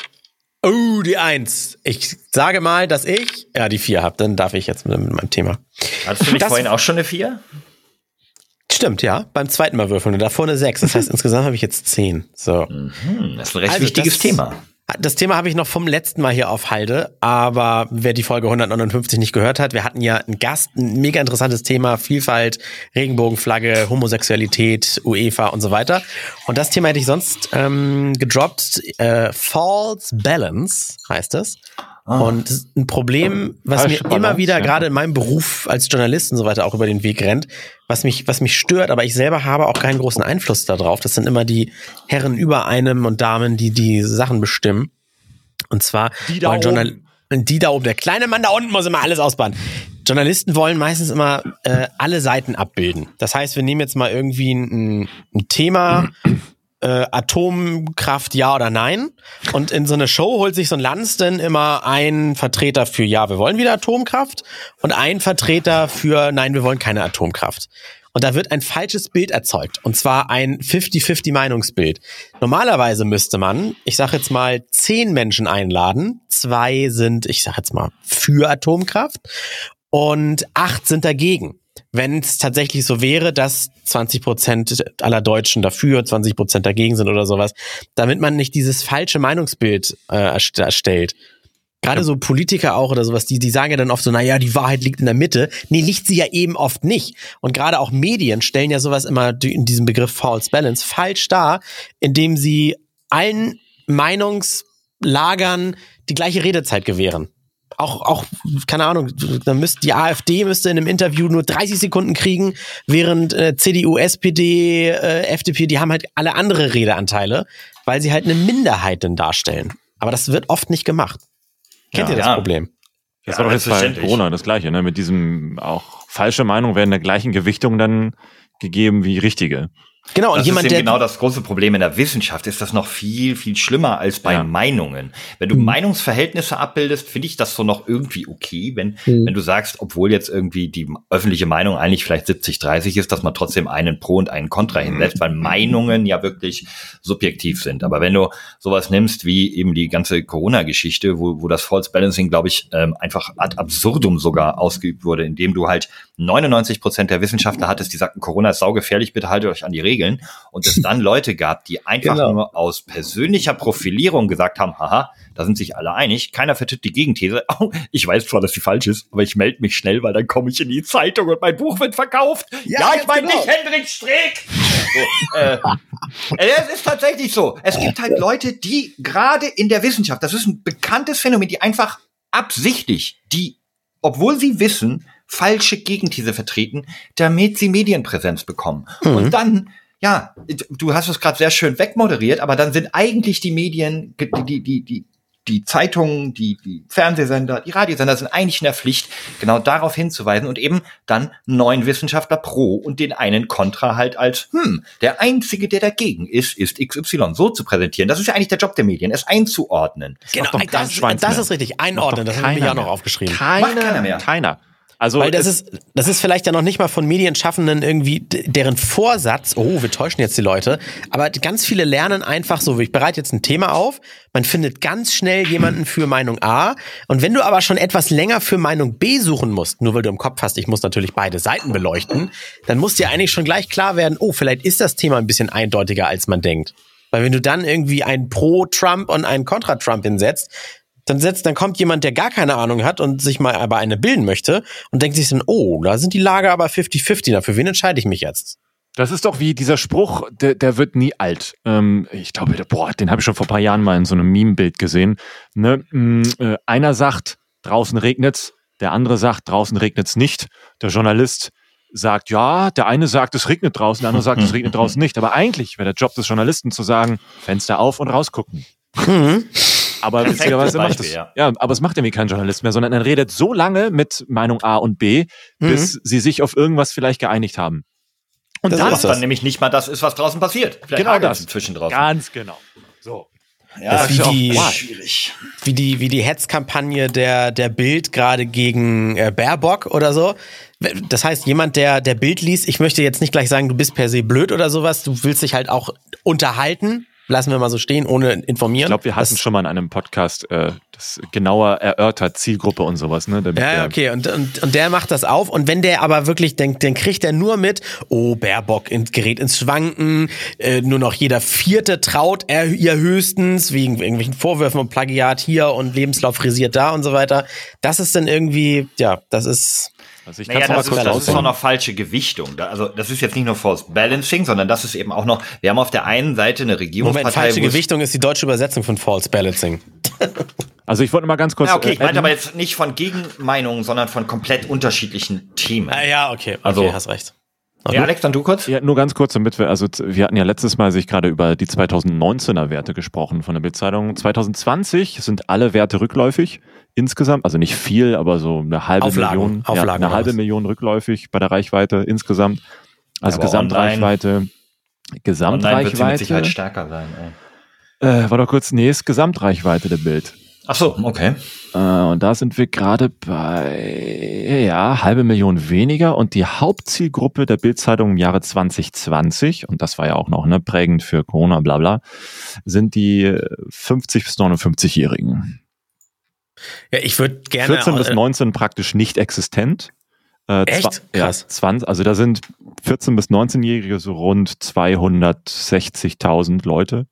die 1. Ich sage mal, dass ich die 4 habe, dann darf ich jetzt mit meinem Thema. Hattest du nicht vorhin auch schon eine 4? Stimmt, ja. Beim zweiten Mal würfeln und davor eine 6. Das heißt, insgesamt habe ich jetzt 10. So. Das ist ein recht wichtiges Thema. Das Thema habe ich noch vom letzten Mal hier auf Halde, aber wer die Folge 159 nicht gehört hat, wir hatten ja einen Gast, ein mega interessantes Thema, Vielfalt, Regenbogenflagge, Homosexualität, UEFA und so weiter. Und das Thema hätte ich sonst gedroppt. False Balance heißt es. Und das ist ein Problem, was mir immer wieder, gerade in meinem Beruf als Journalist und so weiter, auch über den Weg rennt, was mich stört, aber ich selber habe auch keinen großen Einfluss darauf. Das sind immer die Herren über einem und Damen, die Sachen bestimmen. Und zwar die da oben, der kleine Mann da unten muss immer alles ausbaden. Journalisten wollen meistens immer alle Seiten abbilden. Das heißt, wir nehmen jetzt mal irgendwie ein Thema, Atomkraft ja oder nein. Und in so eine Show holt sich so ein Lanz dann immer einen Vertreter für ja, wir wollen wieder Atomkraft und einen Vertreter für nein, wir wollen keine Atomkraft. Und da wird ein falsches Bild erzeugt. Und zwar ein 50-50 Meinungsbild. Normalerweise müsste man, ich sage jetzt mal, 10 Menschen einladen. 2 sind, ich sage jetzt mal, für Atomkraft und 8 sind dagegen. Wenn es tatsächlich so wäre, dass 20% aller Deutschen dafür, 20% dagegen sind oder sowas, damit man nicht dieses falsche Meinungsbild erstellt. Gerade so Politiker auch oder sowas, die sagen ja dann oft so, naja, die Wahrheit liegt in der Mitte. Nee, liegt sie ja eben oft nicht. Und gerade auch Medien stellen ja sowas immer in diesem Begriff False Balance falsch dar, indem sie allen Meinungslagern die gleiche Redezeit gewähren. Auch, keine Ahnung, die AfD müsste in einem Interview nur 30 Sekunden kriegen, während CDU, SPD, FDP, die haben halt alle andere Redeanteile, weil sie halt eine Minderheit denn darstellen. Aber das wird oft nicht gemacht. Kennt ihr das Problem? Das war doch jetzt bei Corona das Gleiche, ne? Mit diesem auch falsche Meinungen werden in der gleichen Gewichtung dann gegeben wie richtige. Genau, und das jemand, ist eben der genau das große Problem in der Wissenschaft, ist das noch viel, viel schlimmer als bei Meinungen. Wenn du Meinungsverhältnisse abbildest, finde ich das so noch irgendwie okay, wenn du sagst, obwohl jetzt irgendwie die öffentliche Meinung eigentlich vielleicht 70-30 ist, dass man trotzdem einen Pro und einen Contra hinsetzt, weil Meinungen ja wirklich subjektiv sind. Aber wenn du sowas nimmst wie eben die ganze Corona-Geschichte, wo das False Balancing, glaube ich, einfach ad absurdum sogar ausgeübt wurde, indem du halt 99% der Wissenschaftler hattest, die sagten, Corona ist saugefährlich, bitte haltet euch an die Regeln. Und es dann Leute gab, die einfach nur aus persönlicher Profilierung gesagt haben, haha, da sind sich alle einig, keiner vertritt die Gegenthese. Oh, ich weiß zwar, dass die falsch ist, aber ich melde mich schnell, weil dann komme ich in die Zeitung und mein Buch wird verkauft. Ja, ich meine nicht Hendrik Streeck. So, es ist tatsächlich so. Es gibt halt Leute, die gerade in der Wissenschaft, das ist ein bekanntes Phänomen, die einfach absichtlich, obwohl sie wissen, falsche Gegenthese vertreten, damit sie Medienpräsenz bekommen. Und dann, ja, du hast es gerade sehr schön wegmoderiert, aber dann sind eigentlich die Medien, die Zeitungen, die Fernsehsender, die Radiosender sind eigentlich in der Pflicht, genau darauf hinzuweisen und eben dann 9 Wissenschaftler pro und den einen kontra halt als, der Einzige, der dagegen ist XY, so zu präsentieren. Das ist ja eigentlich der Job der Medien, es einzuordnen. Genau, das ist richtig, einordnen, das habe ich mir auch noch aufgeschrieben. Macht keiner mehr. Keiner. Also weil das ist vielleicht ja noch nicht mal von Medienschaffenden irgendwie deren Vorsatz, wir täuschen jetzt die Leute, aber ganz viele lernen einfach so, ich bereite jetzt ein Thema auf, man findet ganz schnell jemanden für Meinung A und wenn du aber schon etwas länger für Meinung B suchen musst, nur weil du im Kopf hast, ich muss natürlich beide Seiten beleuchten, dann muss dir eigentlich schon gleich klar werden, vielleicht ist das Thema ein bisschen eindeutiger, als man denkt. Weil wenn du dann irgendwie einen Pro-Trump und einen Contra-Trump hinsetzt, dann kommt jemand, der gar keine Ahnung hat und sich mal aber eine bilden möchte und denkt sich dann, da sind die Lager aber 50-50, für wen entscheide ich mich jetzt? Das ist doch wie dieser Spruch, der wird nie alt. Ich glaube, den habe ich schon vor ein paar Jahren mal in so einem Meme-Bild gesehen. Ne? Einer sagt, draußen regnet's, der andere sagt, draußen regnet's nicht. Der Journalist sagt, ja, der eine sagt, es regnet draußen, der andere sagt, es regnet draußen nicht. Aber eigentlich wäre der Job des Journalisten zu sagen, Fenster auf und rausgucken. Aber witzigerweise macht es, aber es macht irgendwie kein Journalist mehr, sondern er redet so lange mit Meinung A und B, bis sie sich auf irgendwas vielleicht geeinigt haben. Und dann nämlich nicht mal das ist, was draußen passiert. Vielleicht genau das. Inzwischen draußen. Ganz genau. So. Ja, das ist schwierig. Wie die Hetzkampagne der Bild gerade gegen Baerbock oder so. Das heißt, jemand, der Bild liest, ich möchte jetzt nicht gleich sagen, du bist per se blöd oder sowas, du willst dich halt auch unterhalten. Lassen wir mal so stehen, ohne informieren. Ich glaube, wir hatten schon mal in einem Podcast das genauer erörtert, Zielgruppe und sowas. Ne? Okay. Und der macht das auf. Und wenn der aber wirklich denkt, dann kriegt er nur mit, Baerbock gerät ins Schwanken, nur noch jeder Vierte traut er ihr höchstens, wegen irgendwelchen Vorwürfen und Plagiat hier und Lebenslauf frisiert da und so weiter. Das ist dann irgendwie, das ist... Also das ist auch noch falsche Gewichtung. Also das ist jetzt nicht nur False Balancing, sondern das ist eben auch noch, wir haben auf der einen Seite eine Regierungspartei... falsche Gewichtung ist die deutsche Übersetzung von False Balancing. Also ich wollte mal ganz kurz... Ja, okay, ich meinte aber jetzt nicht von Gegenmeinungen, sondern von komplett unterschiedlichen Themen. Okay, also, hast recht. Okay. Ja, Alex, dann du kurz? Ja, nur ganz kurz, damit wir hatten ja letztes Mal sich gerade über die 2019er Werte gesprochen von der Bild-Zeitung. 2020 sind alle Werte rückläufig insgesamt, also nicht viel, aber so eine halbe Million. Auflagen eine halbe Million rückläufig bei der Reichweite insgesamt. Also Gesamtreichweite. Online wird sie mit Sicherheit stärker sein. War doch kurz, ist Gesamtreichweite der Bild. Ach so, okay. Und da sind wir gerade bei, halbe Million weniger. Und die Hauptzielgruppe der Bild-Zeitung im Jahre 2020, und das war ja auch noch prägend für Corona, bla bla, sind die 50- bis 59-Jährigen. Ja, ich würde gerne... 14 bis 19 praktisch nicht existent. Echt? Krass. 20, also da sind 14- bis 19-Jährige so rund 260.000 Leute.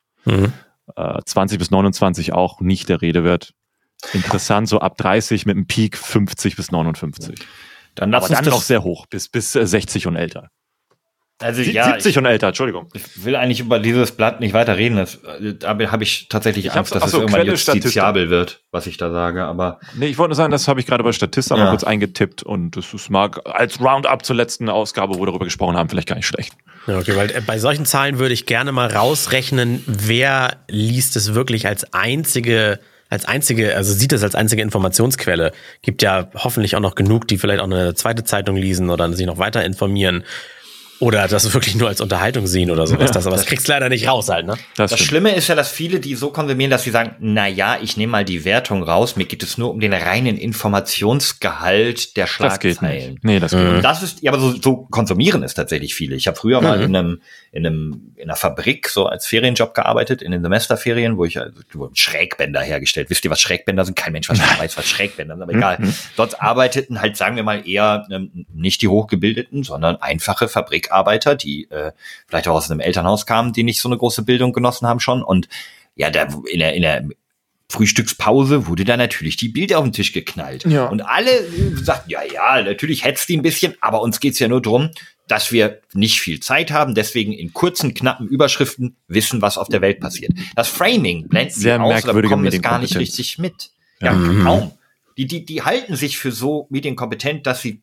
20 bis 29 auch nicht der Rede wert. Interessant, so ab 30 mit einem Peak 50 bis 59. Aber dann noch sehr hoch, bis 60 und älter. Also 70 und älter, Entschuldigung. Ich will eigentlich über dieses Blatt nicht weiter reden. Da habe ich tatsächlich Angst, dass es irgendwann justiziabel wird, was ich da sage. Aber nee, ich wollte nur sagen, das habe ich gerade bei Statista mal kurz eingetippt und das mag als Roundup zur letzten Ausgabe, wo wir darüber gesprochen haben, vielleicht gar nicht schlecht. Ja, okay, weil bei solchen Zahlen würde ich gerne mal rausrechnen, wer liest es wirklich als einzige, also sieht es als einzige Informationsquelle. Gibt ja hoffentlich auch noch genug, die vielleicht auch eine zweite Zeitung lesen oder sich noch weiter informieren. Oder das wirklich nur als Unterhaltung sehen oder sowas. Aber das kriegst du leider nicht raus halt, ne? Das Schlimme ist ja, dass viele, die so konsumieren, dass sie sagen, ich nehme mal die Wertung raus, mir geht es nur um den reinen Informationsgehalt der Schlagzeilen. Das geht nicht. Und das ist, aber so konsumieren es tatsächlich viele. Ich habe früher mal in einer Fabrik so als Ferienjob gearbeitet, in den Semesterferien, wo Schrägbänder hergestellt. Wisst ihr, was Schrägbänder sind? Kein Mensch weiß, was Schrägbänder sind, aber egal. Dort arbeiteten halt, sagen wir mal, eher nicht die Hochgebildeten, sondern einfache Fabrikarbeiter, vielleicht auch aus einem Elternhaus kamen, die nicht so eine große Bildung genossen haben schon. Und ja, da in der Frühstückspause wurde da natürlich die Bilder auf den Tisch geknallt. Ja. Und alle sagten, natürlich hetzt die ein bisschen, aber uns geht's ja nur drum, dass wir nicht viel Zeit haben, deswegen in kurzen, knappen Überschriften wissen, was auf der Welt passiert. Das Framing blenden sie aus, aber bekommen es gar nicht richtig mit. Ja, kaum. Die halten sich für so medienkompetent, dass sie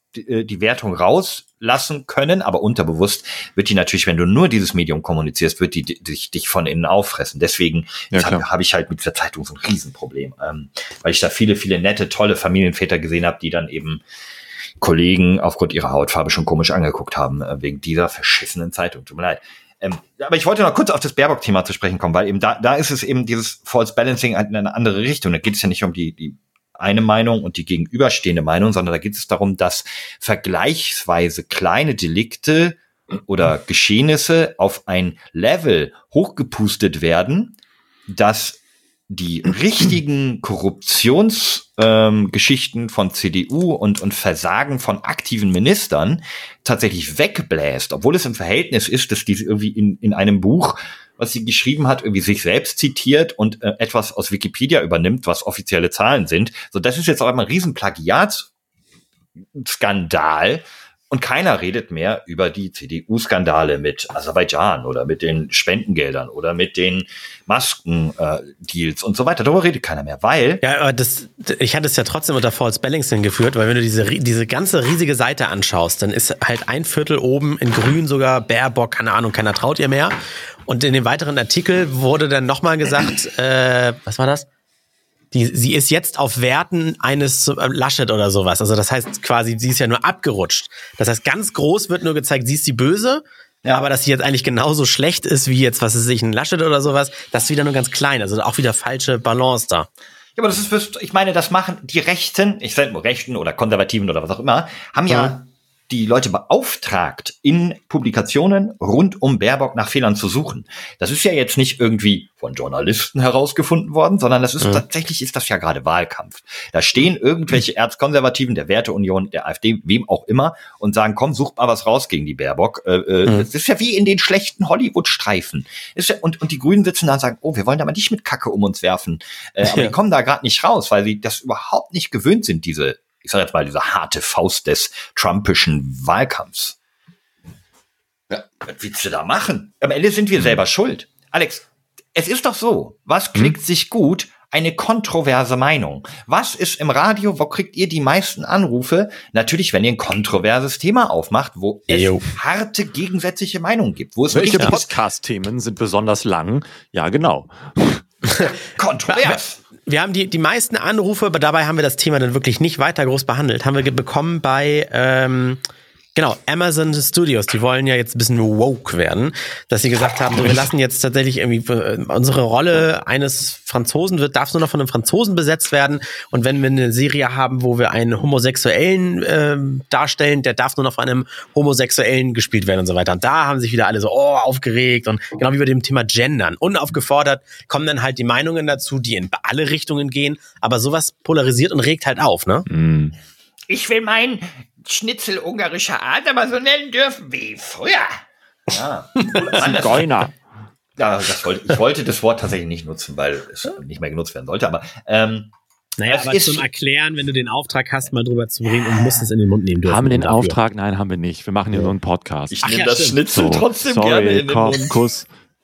die Wertung rauslassen können, aber unterbewusst wird die natürlich, wenn du nur dieses Medium kommunizierst, wird die dich von innen auffressen. Deswegen habe ich halt mit dieser Zeitung so ein Riesenproblem, weil ich da viele, viele nette, tolle Familienväter gesehen habe, die dann eben Kollegen aufgrund ihrer Hautfarbe schon komisch angeguckt haben, wegen dieser verschissenen Zeitung. Tut mir leid. Aber ich wollte noch kurz auf das Baerbock-Thema zu sprechen kommen, weil eben da ist es eben dieses False Balancing in eine andere Richtung. Da geht es ja nicht um die eine Meinung und die gegenüberstehende Meinung, sondern da geht es darum, dass vergleichsweise kleine Delikte oder Geschehnisse auf ein Level hochgepustet werden, dass die richtigen Korruptionsgeschichten von CDU und Versagen von aktiven Ministern tatsächlich wegbläst, obwohl es im Verhältnis ist, dass diese irgendwie in einem Buch, was sie geschrieben hat, irgendwie sich selbst zitiert und etwas aus Wikipedia übernimmt, was offizielle Zahlen sind. So, das ist jetzt auch einmal ein riesen Plagiatsskandal. Und keiner redet mehr über die CDU-Skandale mit Aserbaidschan oder mit den Spendengeldern oder mit den Masken-Deals und so weiter. Darüber redet keiner mehr, weil... Ja, aber ich hatte es ja trotzdem unter False Balancing geführt, weil wenn du diese ganze riesige Seite anschaust, dann ist halt ein Viertel oben in grün sogar Baerbock, keine Ahnung, keiner traut ihr mehr. Und in dem weiteren Artikel wurde dann nochmal gesagt, was war das? Sie ist jetzt auf Werten eines Laschet oder sowas. Also das heißt quasi, sie ist ja nur abgerutscht. Das heißt, ganz groß wird nur gezeigt, sie ist die Böse, aber dass sie jetzt eigentlich genauso schlecht ist wie jetzt, was ist sich ein Laschet oder sowas, das ist wieder nur ganz klein. Also auch wieder falsche Balance da. Ja, aber das ist, ich meine, das machen die Rechten, ich sage nur Rechten oder Konservativen oder was auch immer, haben ja die Leute beauftragt, in Publikationen rund um Baerbock nach Fehlern zu suchen. Das ist ja jetzt nicht irgendwie von Journalisten herausgefunden worden, sondern das ist tatsächlich ist das ja gerade Wahlkampf. Da stehen irgendwelche Erzkonservativen der Werteunion, der AfD, wem auch immer, und sagen, komm, sucht mal was raus gegen die Baerbock. Das ist ja wie in den schlechten Hollywood-Streifen. Ist ja, und die Grünen sitzen da und sagen, oh, wir wollen da mal nicht mit Kacke um uns werfen. Aber die kommen da gerade nicht raus, weil sie das überhaupt nicht gewöhnt sind, diese harte Faust des trumpischen Wahlkampfs. Ja, was willst du da machen? Am Ende sind wir selber schuld. Alex, es ist doch so, was klickt sich gut? Eine kontroverse Meinung. Was ist im Radio, wo kriegt ihr die meisten Anrufe? Natürlich, wenn ihr ein kontroverses Thema aufmacht, wo es harte gegensätzliche Meinungen gibt. Welche Podcast-Themen sind besonders lang? Ja, genau. Kontrovers. Wir haben die meisten Anrufe, aber dabei haben wir das Thema dann wirklich nicht weiter groß behandelt. Haben wir bekommen bei Amazon Studios. Die wollen ja jetzt ein bisschen woke werden, dass sie gesagt haben, wir lassen jetzt tatsächlich irgendwie unsere Rolle eines Franzosen darf nur noch von einem Franzosen besetzt werden. Und wenn wir eine Serie haben, wo wir einen Homosexuellen darstellen, der darf nur noch von einem Homosexuellen gespielt werden und so weiter. Und da haben sich wieder alle so aufgeregt und genau wie bei dem Thema Gendern. Unaufgefordert kommen dann halt die Meinungen dazu, die in alle Richtungen gehen. Aber sowas polarisiert und regt halt auf, ne? Ich will meinen Schnitzel ungarischer Art aber so nennen dürfen wie früher. Ja. Zigeuner. Ja, ich wollte das Wort tatsächlich nicht nutzen, weil es nicht mehr genutzt werden sollte, aber aber zum Erklären, wenn du den Auftrag hast, mal drüber zu reden und musst es in den Mund nehmen dürfen. Haben wir den Auftrag? Nein, haben wir nicht. Wir machen hier so einen Podcast. Ich nehme das Schnitzel trotzdem gerne in den Mund. Kuss.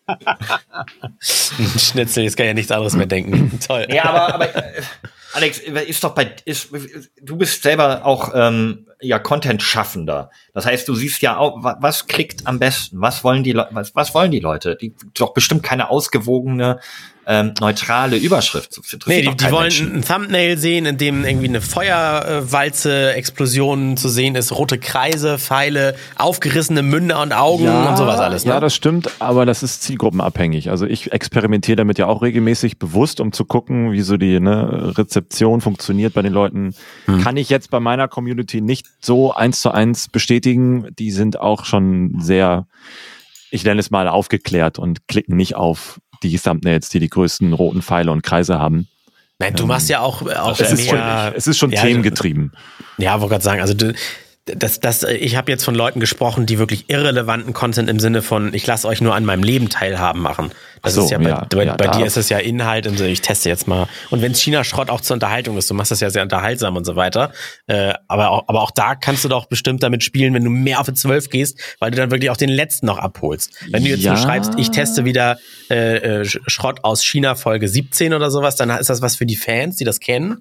Schnitzel, jetzt kann ja nichts anderes mehr denken. Toll. Ja, aber Alex, du bist selber auch Content-Schaffender. Das heißt, du siehst ja auch, was klickt am besten? Was wollen die Leute? Die doch bestimmt keine ausgewogene neutrale Überschrift. Nee, die wollen ein Thumbnail sehen, in dem irgendwie eine Feuerwalze-Explosion zu sehen ist, rote Kreise, Pfeile, aufgerissene Münder und Augen und sowas alles. Ne? Ja, das stimmt, aber das ist zielgruppenabhängig. Also ich experimentiere damit ja auch regelmäßig bewusst, um zu gucken, wie so die Rezeption funktioniert bei den Leuten. Kann ich jetzt bei meiner Community nicht so 1:1 bestätigen. Die sind auch schon sehr, ich nenne es mal, aufgeklärt und klicken nicht auf die Thumbnails, die größten roten Pfeile und Kreise haben. Nein, du machst ja auch es ist schon themengetrieben. Ja, wollte gerade sagen, also ich habe jetzt von Leuten gesprochen, die wirklich irrelevanten Content im Sinne von, ich lasse euch nur an meinem Leben teilhaben machen. Das ist ja bei dir ist es ja Inhalt, und ich teste jetzt mal. Und wenn China-Schrott auch zur Unterhaltung ist, du machst das ja sehr unterhaltsam und so weiter. Aber auch da kannst du doch bestimmt damit spielen, wenn du mehr auf 12 gehst, weil du dann wirklich auch den letzten noch abholst. Wenn du jetzt nur schreibst, ich teste wieder Schrott aus China Folge 17 oder sowas, dann ist das was für die Fans, die das kennen.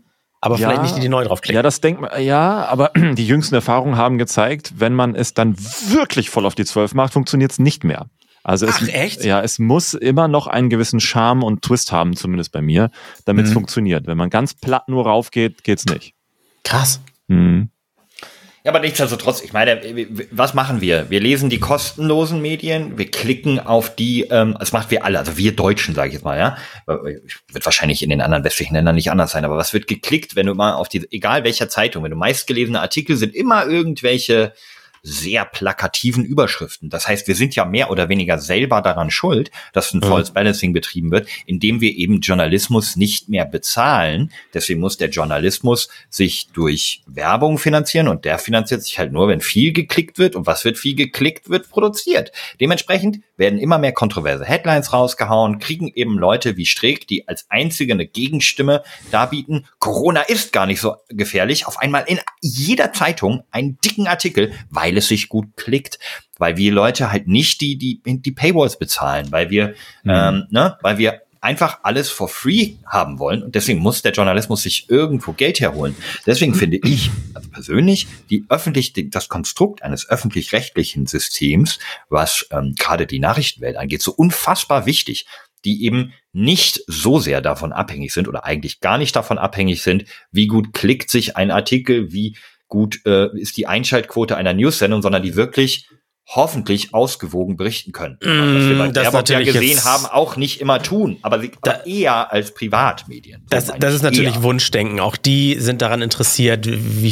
aber vielleicht nicht die neu draufklicken. Ja, das denkt man, ja, aber die jüngsten Erfahrungen haben gezeigt, wenn man es dann wirklich voll auf die 12 macht, funktioniert es nicht mehr. Also echt? Ja, es muss immer noch einen gewissen Charme und Twist haben, zumindest bei mir, damit es funktioniert. Wenn man ganz platt nur raufgeht, geht's nicht. Krass. Mhm. Ja, aber nichtsdestotrotz, ich meine, was machen wir? Wir lesen die kostenlosen Medien, wir klicken auf die, das machen wir alle, also wir Deutschen, sage ich jetzt mal, ja. Wird wahrscheinlich in den anderen westlichen Ländern nicht anders sein, aber was wird geklickt, wenn du mal auf die, egal welcher Zeitung, wenn du meistgelesene Artikel sind immer irgendwelche sehr plakativen Überschriften. Das heißt, wir sind ja mehr oder weniger selber daran schuld, dass ein False Balancing betrieben wird, indem wir eben Journalismus nicht mehr bezahlen. Deswegen muss der Journalismus sich durch Werbung finanzieren und der finanziert sich halt nur, wenn viel geklickt wird. Und was wird viel geklickt, wird produziert. Dementsprechend werden immer mehr kontroverse Headlines rausgehauen, kriegen eben Leute wie Streeck, die als einzige eine Gegenstimme darbieten. Corona ist gar nicht so gefährlich. Auf einmal in jeder Zeitung einen dicken Artikel, weil es sich gut klickt, weil wir Leute halt nicht die Paywalls bezahlen, weil wir, weil wir einfach alles for free haben wollen und deswegen muss der Journalismus sich irgendwo Geld herholen. Deswegen finde ich, also persönlich, das Konstrukt eines öffentlich-rechtlichen Systems, was gerade die Nachrichtenwelt angeht, so unfassbar wichtig, die eben nicht so sehr davon abhängig sind oder eigentlich gar nicht davon abhängig sind, wie gut klickt sich ein Artikel, wie gut ist die Einschaltquote einer News-Sendung, sondern die wirklich hoffentlich ausgewogen berichten können. Was wir bei Baerbock ja gesehen haben, auch nicht immer tun, aber eher als Privatmedien. Das ist natürlich Wunschdenken. Auch die sind daran interessiert, wie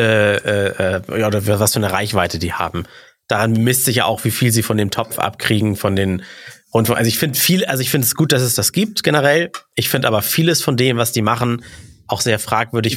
viele oder was für eine Reichweite die haben. Daran misst sich ja auch, wie viel sie von dem Topf abkriegen, von den Rundfunk. Also ich finde es gut, dass es das gibt generell. Ich finde aber vieles von dem, was die machen, auch sehr fragwürdig,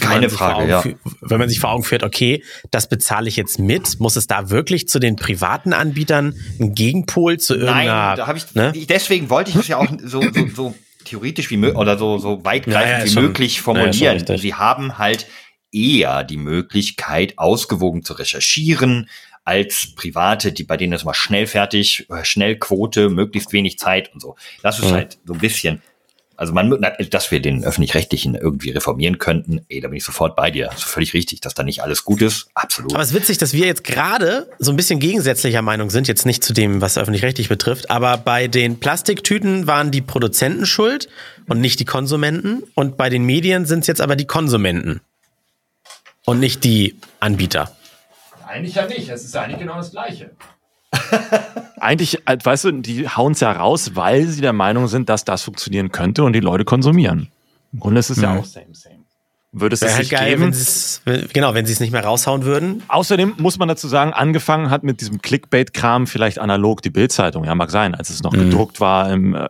wenn man sich vor Augen führt, okay, das bezahle ich jetzt mit. Muss es da wirklich zu den privaten Anbietern einen Gegenpol zu irgendeiner... Nein, da habe ich, deswegen wollte ich das ja auch so theoretisch wie möglich oder so weitgreifend wie möglich formulieren. Sie haben halt eher die Möglichkeit, ausgewogen zu recherchieren, als Private, bei denen ist mal schnell fertig, Schnellquote, möglichst wenig Zeit und so. Das ist halt so ein bisschen... Also dass wir den Öffentlich-Rechtlichen irgendwie reformieren könnten, da bin ich sofort bei dir. Das ist völlig richtig, dass da nicht alles gut ist. Absolut. Aber es ist witzig, dass wir jetzt gerade so ein bisschen gegensätzlicher Meinung sind, jetzt nicht zu dem, was öffentlich-rechtlich betrifft, aber bei den Plastiktüten waren die Produzenten schuld und nicht die Konsumenten und bei den Medien sind es jetzt aber die Konsumenten und nicht die Anbieter. Eigentlich ja nicht, es ist eigentlich genau das Gleiche. Eigentlich, weißt du, die hauen es ja raus, weil sie der Meinung sind, dass das funktionieren könnte und die Leute konsumieren. Im Grunde ist es ja auch same. Würde es das nicht geil, geben? Wenn sie es nicht mehr raushauen würden. Außerdem muss man dazu sagen, angefangen hat mit diesem Clickbait-Kram vielleicht analog die Bild-Zeitung. Ja, mag sein, als es noch gedruckt war.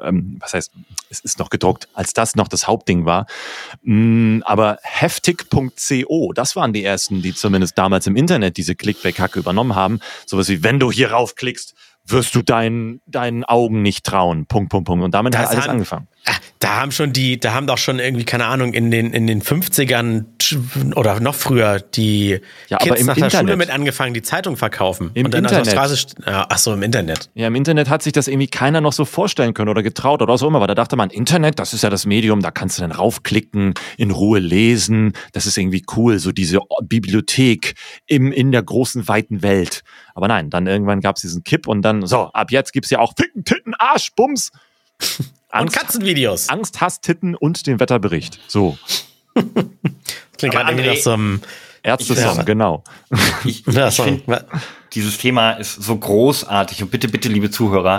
Es ist noch gedruckt, als das noch das Hauptding war. Aber heftig.co, das waren die ersten, die zumindest damals im Internet diese Clickbait-Kacke übernommen haben. Sowas wie, wenn du hier raufklickst, wirst du deinen Augen nicht trauen. .. Und damit hat alles angefangen. Da haben doch schon irgendwie, keine Ahnung, in den 50ern oder noch früher die Kids nach der Schule mit angefangen, die Zeitung verkaufen. Im Internet. Im Internet. Ja, im Internet hat sich das irgendwie keiner noch so vorstellen können oder getraut oder so immer, weil da dachte man, Internet, das ist ja das Medium, da kannst du dann raufklicken, in Ruhe lesen, das ist irgendwie cool, so diese Bibliothek in der großen, weiten Welt. Aber nein, dann irgendwann gab es diesen Kipp und dann, so, ab jetzt gibt's ja auch Ficken, Titten, Arsch, Bums. Und Katzenvideos. Angst, Hass, Titten und den Wetterbericht. So. Klingt gerade irgendwie nach so einem Ärzte-Song, genau. Ich finde, dieses Thema ist so großartig und bitte, liebe Zuhörer,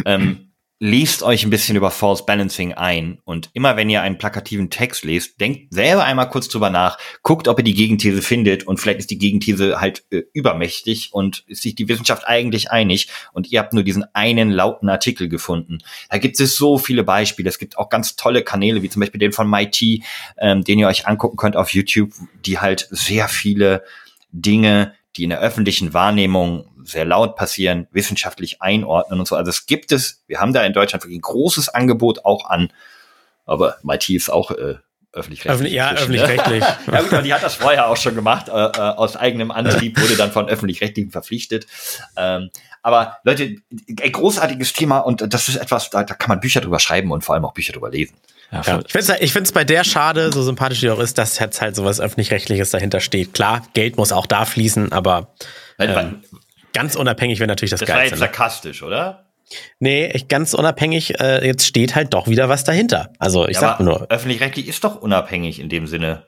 lest euch ein bisschen über False Balancing ein und immer wenn ihr einen plakativen Text lest, denkt selber einmal kurz drüber nach, guckt, ob ihr die Gegenthese findet und vielleicht ist die Gegenthese halt übermächtig und ist sich die Wissenschaft eigentlich einig und ihr habt nur diesen einen lauten Artikel gefunden. Da gibt es so viele Beispiele. Es gibt auch ganz tolle Kanäle, wie zum Beispiel den von MIT, den ihr euch angucken könnt auf YouTube, die halt sehr viele Dinge, die in der öffentlichen Wahrnehmung sehr laut passieren, wissenschaftlich einordnen und so. Also es gibt es, wir haben da in Deutschland wirklich ein großes Angebot auch an, aber MIT ist auch öffentlich-rechtlich. Öffentlich-rechtlich. Ja gut, aber die hat das vorher auch schon gemacht, aus eigenem Antrieb, wurde dann von Öffentlich-Rechtlichen verpflichtet. Aber Leute, ein großartiges Thema und das ist etwas, da kann man Bücher drüber schreiben und vor allem auch Bücher drüber lesen. Ja. Ich finde es bei der schade, so sympathisch die auch ist, dass jetzt halt sowas Öffentlich-Rechtliches dahinter steht. Klar, Geld muss auch da fließen, aber ganz unabhängig wäre natürlich das Geilste. Das war jetzt sarkastisch, oder? Nee, ganz unabhängig, jetzt steht halt doch wieder was dahinter. Also ich sag nur. Öffentlich-rechtlich ist doch unabhängig in dem Sinne.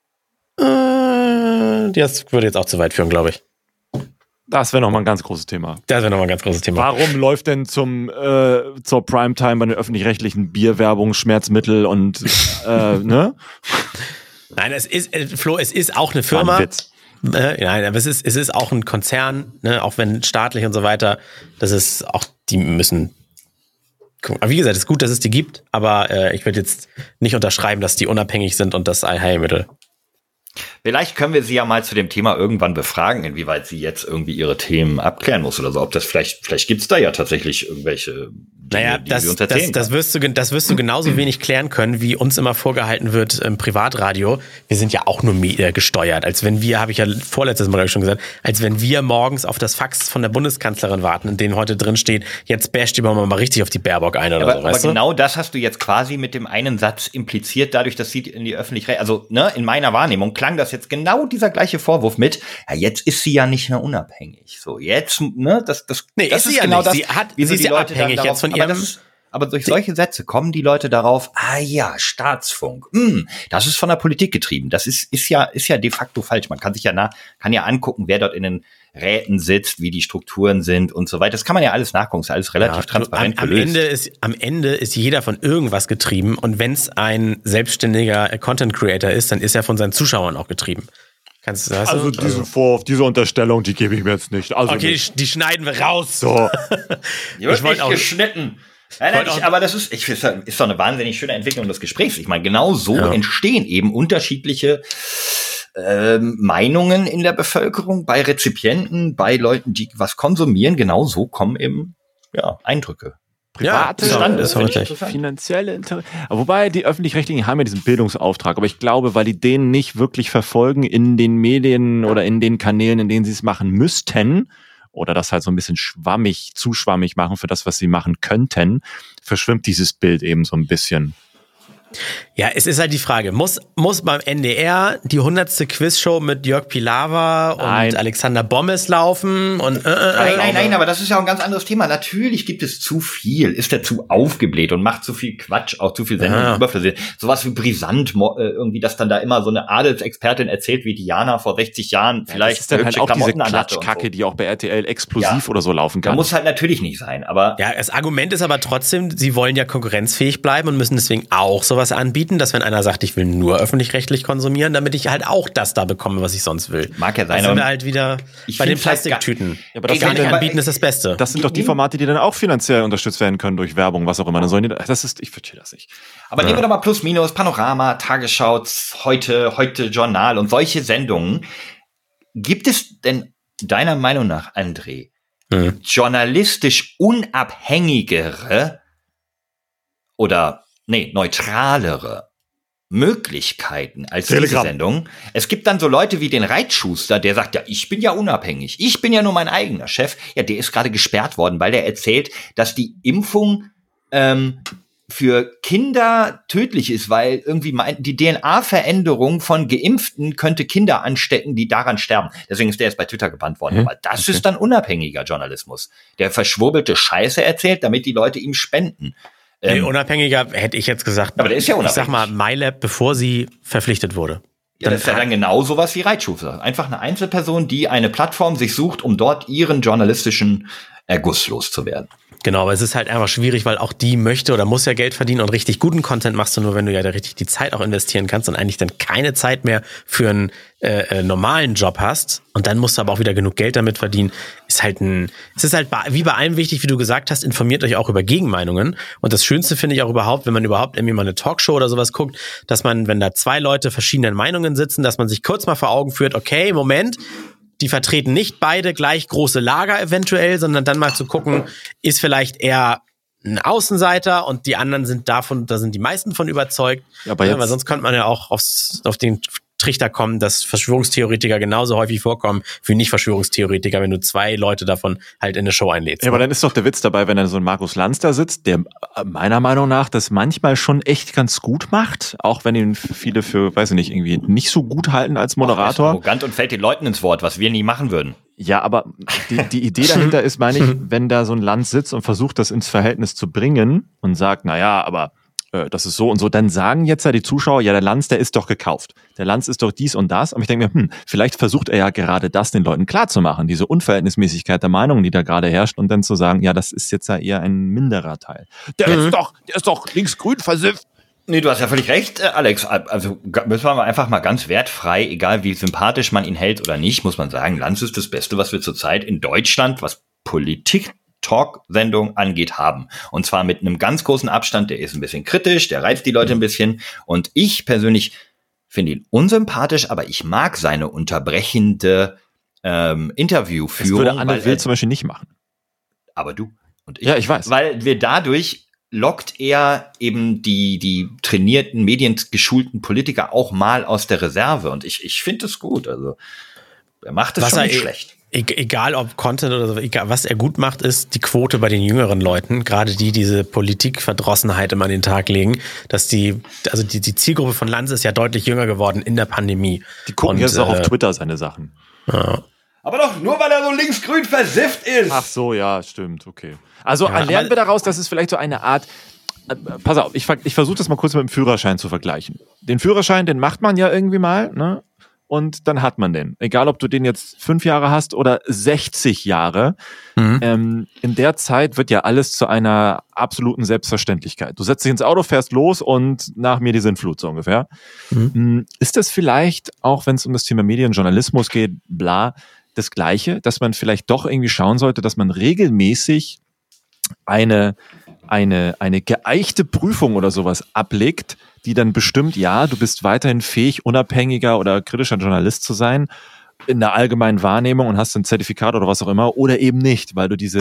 Das würde jetzt auch zu weit führen, glaube ich. Das wäre nochmal ein ganz großes Thema. Warum läuft denn zur Primetime bei den öffentlich-rechtlichen Bierwerbung, Schmerzmittel und ne? Nein, Flo, es ist auch eine Firma. Nein, aber es ist auch ein Konzern, ne? Auch wenn staatlich und so weiter. Das ist auch, die müssen gucken. Aber wie gesagt, es ist gut, dass es die gibt, aber ich würde jetzt nicht unterschreiben, dass die unabhängig sind und das Allheilmittel. Vielleicht können wir sie ja mal zu dem Thema irgendwann befragen, inwieweit sie jetzt irgendwie ihre Themen abklären muss oder so. Ob das vielleicht gibt's da ja tatsächlich irgendwelche Dinge, die sie uns erzählen das wirst du genauso wenig klären können, wie uns immer vorgehalten wird im Privatradio. Wir sind ja auch nur gesteuert, als wenn wir, habe ich ja vorletztes Mal schon gesagt, als wenn wir morgens auf das Fax von der Bundeskanzlerin warten, in dem heute drin steht, jetzt basht die mal richtig auf die Baerbock ein oder so. Aber genau das hast du jetzt quasi mit dem einen Satz impliziert, dadurch, dass sie in die Öffentlichkeit, also ne, in meiner Wahrnehmung klang das jetzt genau dieser gleiche Vorwurf mit, ja, jetzt ist sie ja nicht mehr unabhängig. So, jetzt, ne, das ist sie genau ja nicht. das, Sie ist ja abhängig jetzt von ihrem... Aber durch solche Sätze kommen die Leute darauf, ja, Staatsfunk, das ist von der Politik getrieben. Das ist ja de facto falsch. Man kann sich kann ja angucken, wer dort in den Räten sitzt, wie die Strukturen sind und so weiter. Das kann man ja alles nachgucken, ist alles relativ transparent gelöst. Am Ende ist jeder von irgendwas getrieben und wenn es ein selbstständiger Content Creator ist, dann ist er von seinen Zuschauern auch getrieben. Diesen Vorwurf, diese Unterstellung, die gebe ich mir jetzt nicht. Also okay, nicht. Die schneiden wir raus. So. Die wird nicht geschnitten. Nein, aber das ist doch eine wahnsinnig schöne Entwicklung des Gesprächs. Ich meine, genau so entstehen eben unterschiedliche Meinungen in der Bevölkerung, bei Rezipienten, bei Leuten, die was konsumieren. Genau so kommen eben Eindrücke. Private finanzielle Interessen. Wobei die Öffentlich-Rechtlichen haben ja diesen Bildungsauftrag, aber ich glaube, weil die den nicht wirklich verfolgen in den Medien oder in den Kanälen, in denen sie es machen müssten, oder das halt so ein bisschen zu schwammig machen für das, was sie machen könnten, verschwimmt dieses Bild eben so ein bisschen. Ja, es ist halt die Frage, muss beim NDR die 100. Quizshow mit Jörg Pilawa und Alexander Bommes laufen? Und Nein, aber das ist ja auch ein ganz anderes Thema. Natürlich gibt es zu viel, ist der zu aufgebläht und macht zu viel Quatsch, auch zu viel Sendung überflüssig. Sowas wie brisant, irgendwie, dass dann da immer so eine Adelsexpertin erzählt, wie Diana vor 60 Jahren vielleicht das ist dann halt auch diese Klatschkacke, die auch bei RTL explosiv oder so laufen kann. Da muss halt natürlich nicht sein, aber... Ja, das Argument ist aber trotzdem, sie wollen ja konkurrenzfähig bleiben und müssen deswegen auch sowas anbieten, dass wenn einer sagt, ich will nur öffentlich-rechtlich konsumieren, damit ich halt auch das da bekomme, was ich sonst will. Mag ja sein, aber sind wir halt wieder bei den Plastiktüten. Aber das gar nicht anbieten ist das Beste. Das sind doch die Formate, die dann auch finanziell unterstützt werden können durch Werbung, was auch immer. Dann sollen ich verstehe das nicht. Aber nehmen wir doch mal Plus, Minus, Panorama, Tagesschau, heute Journal und solche Sendungen. Gibt es denn deiner Meinung nach, André, journalistisch unabhängigere oder neutralere Möglichkeiten als diese Sendung? Es gibt dann so Leute wie den Reitschuster, der sagt, ja, ich bin ja unabhängig, ich bin ja nur mein eigener Chef. Ja, der ist gerade gesperrt worden, weil der erzählt, dass die Impfung für Kinder tödlich ist, weil irgendwie die DNA-Veränderung von Geimpften könnte Kinder anstecken, die daran sterben. Deswegen ist der jetzt bei Twitter gebannt worden. Aber das ist dann unabhängiger Journalismus. Der verschwurbelte Scheiße erzählt, damit die Leute ihm spenden. Unabhängiger hätte ich jetzt gesagt. Aber der ist ja unabhängig. Ich sag mal, MyLab, bevor sie verpflichtet wurde. Ja, das ist ja dann genau sowas wie Reitschuster. Einfach eine Einzelperson, die eine Plattform sich sucht, um dort ihren journalistischen Erguss loszuwerden. Genau, aber es ist halt einfach schwierig, weil auch die möchte oder muss ja Geld verdienen und richtig guten Content machst du nur, wenn du ja da richtig die Zeit auch investieren kannst und eigentlich dann keine Zeit mehr für einen normalen Job hast und dann musst du aber auch wieder genug Geld damit verdienen. Es ist halt wie bei allem wichtig, wie du gesagt hast, informiert euch auch über Gegenmeinungen und das Schönste finde ich auch überhaupt, wenn man überhaupt irgendwie mal eine Talkshow oder sowas guckt, dass man, wenn da zwei Leute verschiedenen Meinungen sitzen, dass man sich kurz mal vor Augen führt, okay, Moment, die vertreten nicht beide gleich große Lager eventuell, sondern dann mal zu gucken, ist vielleicht eher ein Außenseiter und die anderen sind da sind die meisten von überzeugt. Ja, aber weil sonst könnte man ja auch auf den Trichter kommen, dass Verschwörungstheoretiker genauso häufig vorkommen wie Nicht-Verschwörungstheoretiker, wenn du 2 Leute davon halt in eine Show einlädst. Ja, aber dann ist doch der Witz dabei, wenn dann so ein Markus Lanz da sitzt, der meiner Meinung nach das manchmal schon echt ganz gut macht, auch wenn ihn viele für, weiß ich nicht, irgendwie nicht so gut halten als Moderator. Er ist arrogant und fällt den Leuten ins Wort, was wir nie machen würden. Ja, aber die Idee dahinter ist, meine ich, wenn da so ein Lanz sitzt und versucht, das ins Verhältnis zu bringen und sagt, naja, aber das ist so und so, dann sagen jetzt ja die Zuschauer, ja, der Lanz, der ist doch gekauft. Der Lanz ist doch dies und das. Aber ich denke mir, vielleicht versucht er ja gerade das den Leuten klarzumachen, diese Unverhältnismäßigkeit der Meinungen, die da gerade herrscht, und dann zu sagen, ja, das ist jetzt ja eher ein minderer Teil. Der ist doch linksgrün versifft. Nee, du hast ja völlig recht, Alex. Also müssen wir einfach mal ganz wertfrei, egal wie sympathisch man ihn hält oder nicht, muss man sagen, Lanz ist das Beste, was wir zurzeit in Deutschland, was Politik-Talk-Sendung angeht, haben. Und zwar mit einem ganz großen Abstand, der ist ein bisschen kritisch, der reizt die Leute ein bisschen. Und ich persönlich finde ihn unsympathisch, aber ich mag seine unterbrechende Interviewführung. Das würde Anne Will zum Beispiel nicht machen. Aber du und ich. Ja, ich weiß. Weil wir dadurch lockt er eben die trainierten, mediengeschulten Politiker auch mal aus der Reserve. Und ich finde es gut. Also er macht es schon nicht schlecht. Egal ob Content oder so, egal, was er gut macht, ist die Quote bei den jüngeren Leuten, gerade die diese Politikverdrossenheit immer an den Tag legen, dass die Zielgruppe von Lanz ist ja deutlich jünger geworden in der Pandemie. Die gucken jetzt auch auf Twitter seine Sachen. Ja. Aber doch nur, weil er so linksgrün versifft ist. Ach so, ja, stimmt, okay. Also lernen wir daraus, dass es vielleicht so eine Art, pass auf, ich versuche das mal kurz mit dem Führerschein zu vergleichen. Den Führerschein, den macht man ja irgendwie mal, ne? Und dann hat man den. Egal, ob du den jetzt 5 Jahre hast oder 60 Jahre. In der Zeit wird ja alles zu einer absoluten Selbstverständlichkeit. Du setzt dich ins Auto, fährst los und nach mir die Sintflut so ungefähr. Ist das vielleicht, auch wenn es um das Thema Medienjournalismus geht, bla, das Gleiche, dass man vielleicht doch irgendwie schauen sollte, dass man regelmäßig eine geeichte Prüfung oder sowas ablegt, die dann bestimmt, ja, du bist weiterhin fähig, unabhängiger oder kritischer Journalist zu sein in der allgemeinen Wahrnehmung und hast ein Zertifikat oder was auch immer, oder eben nicht, weil du diese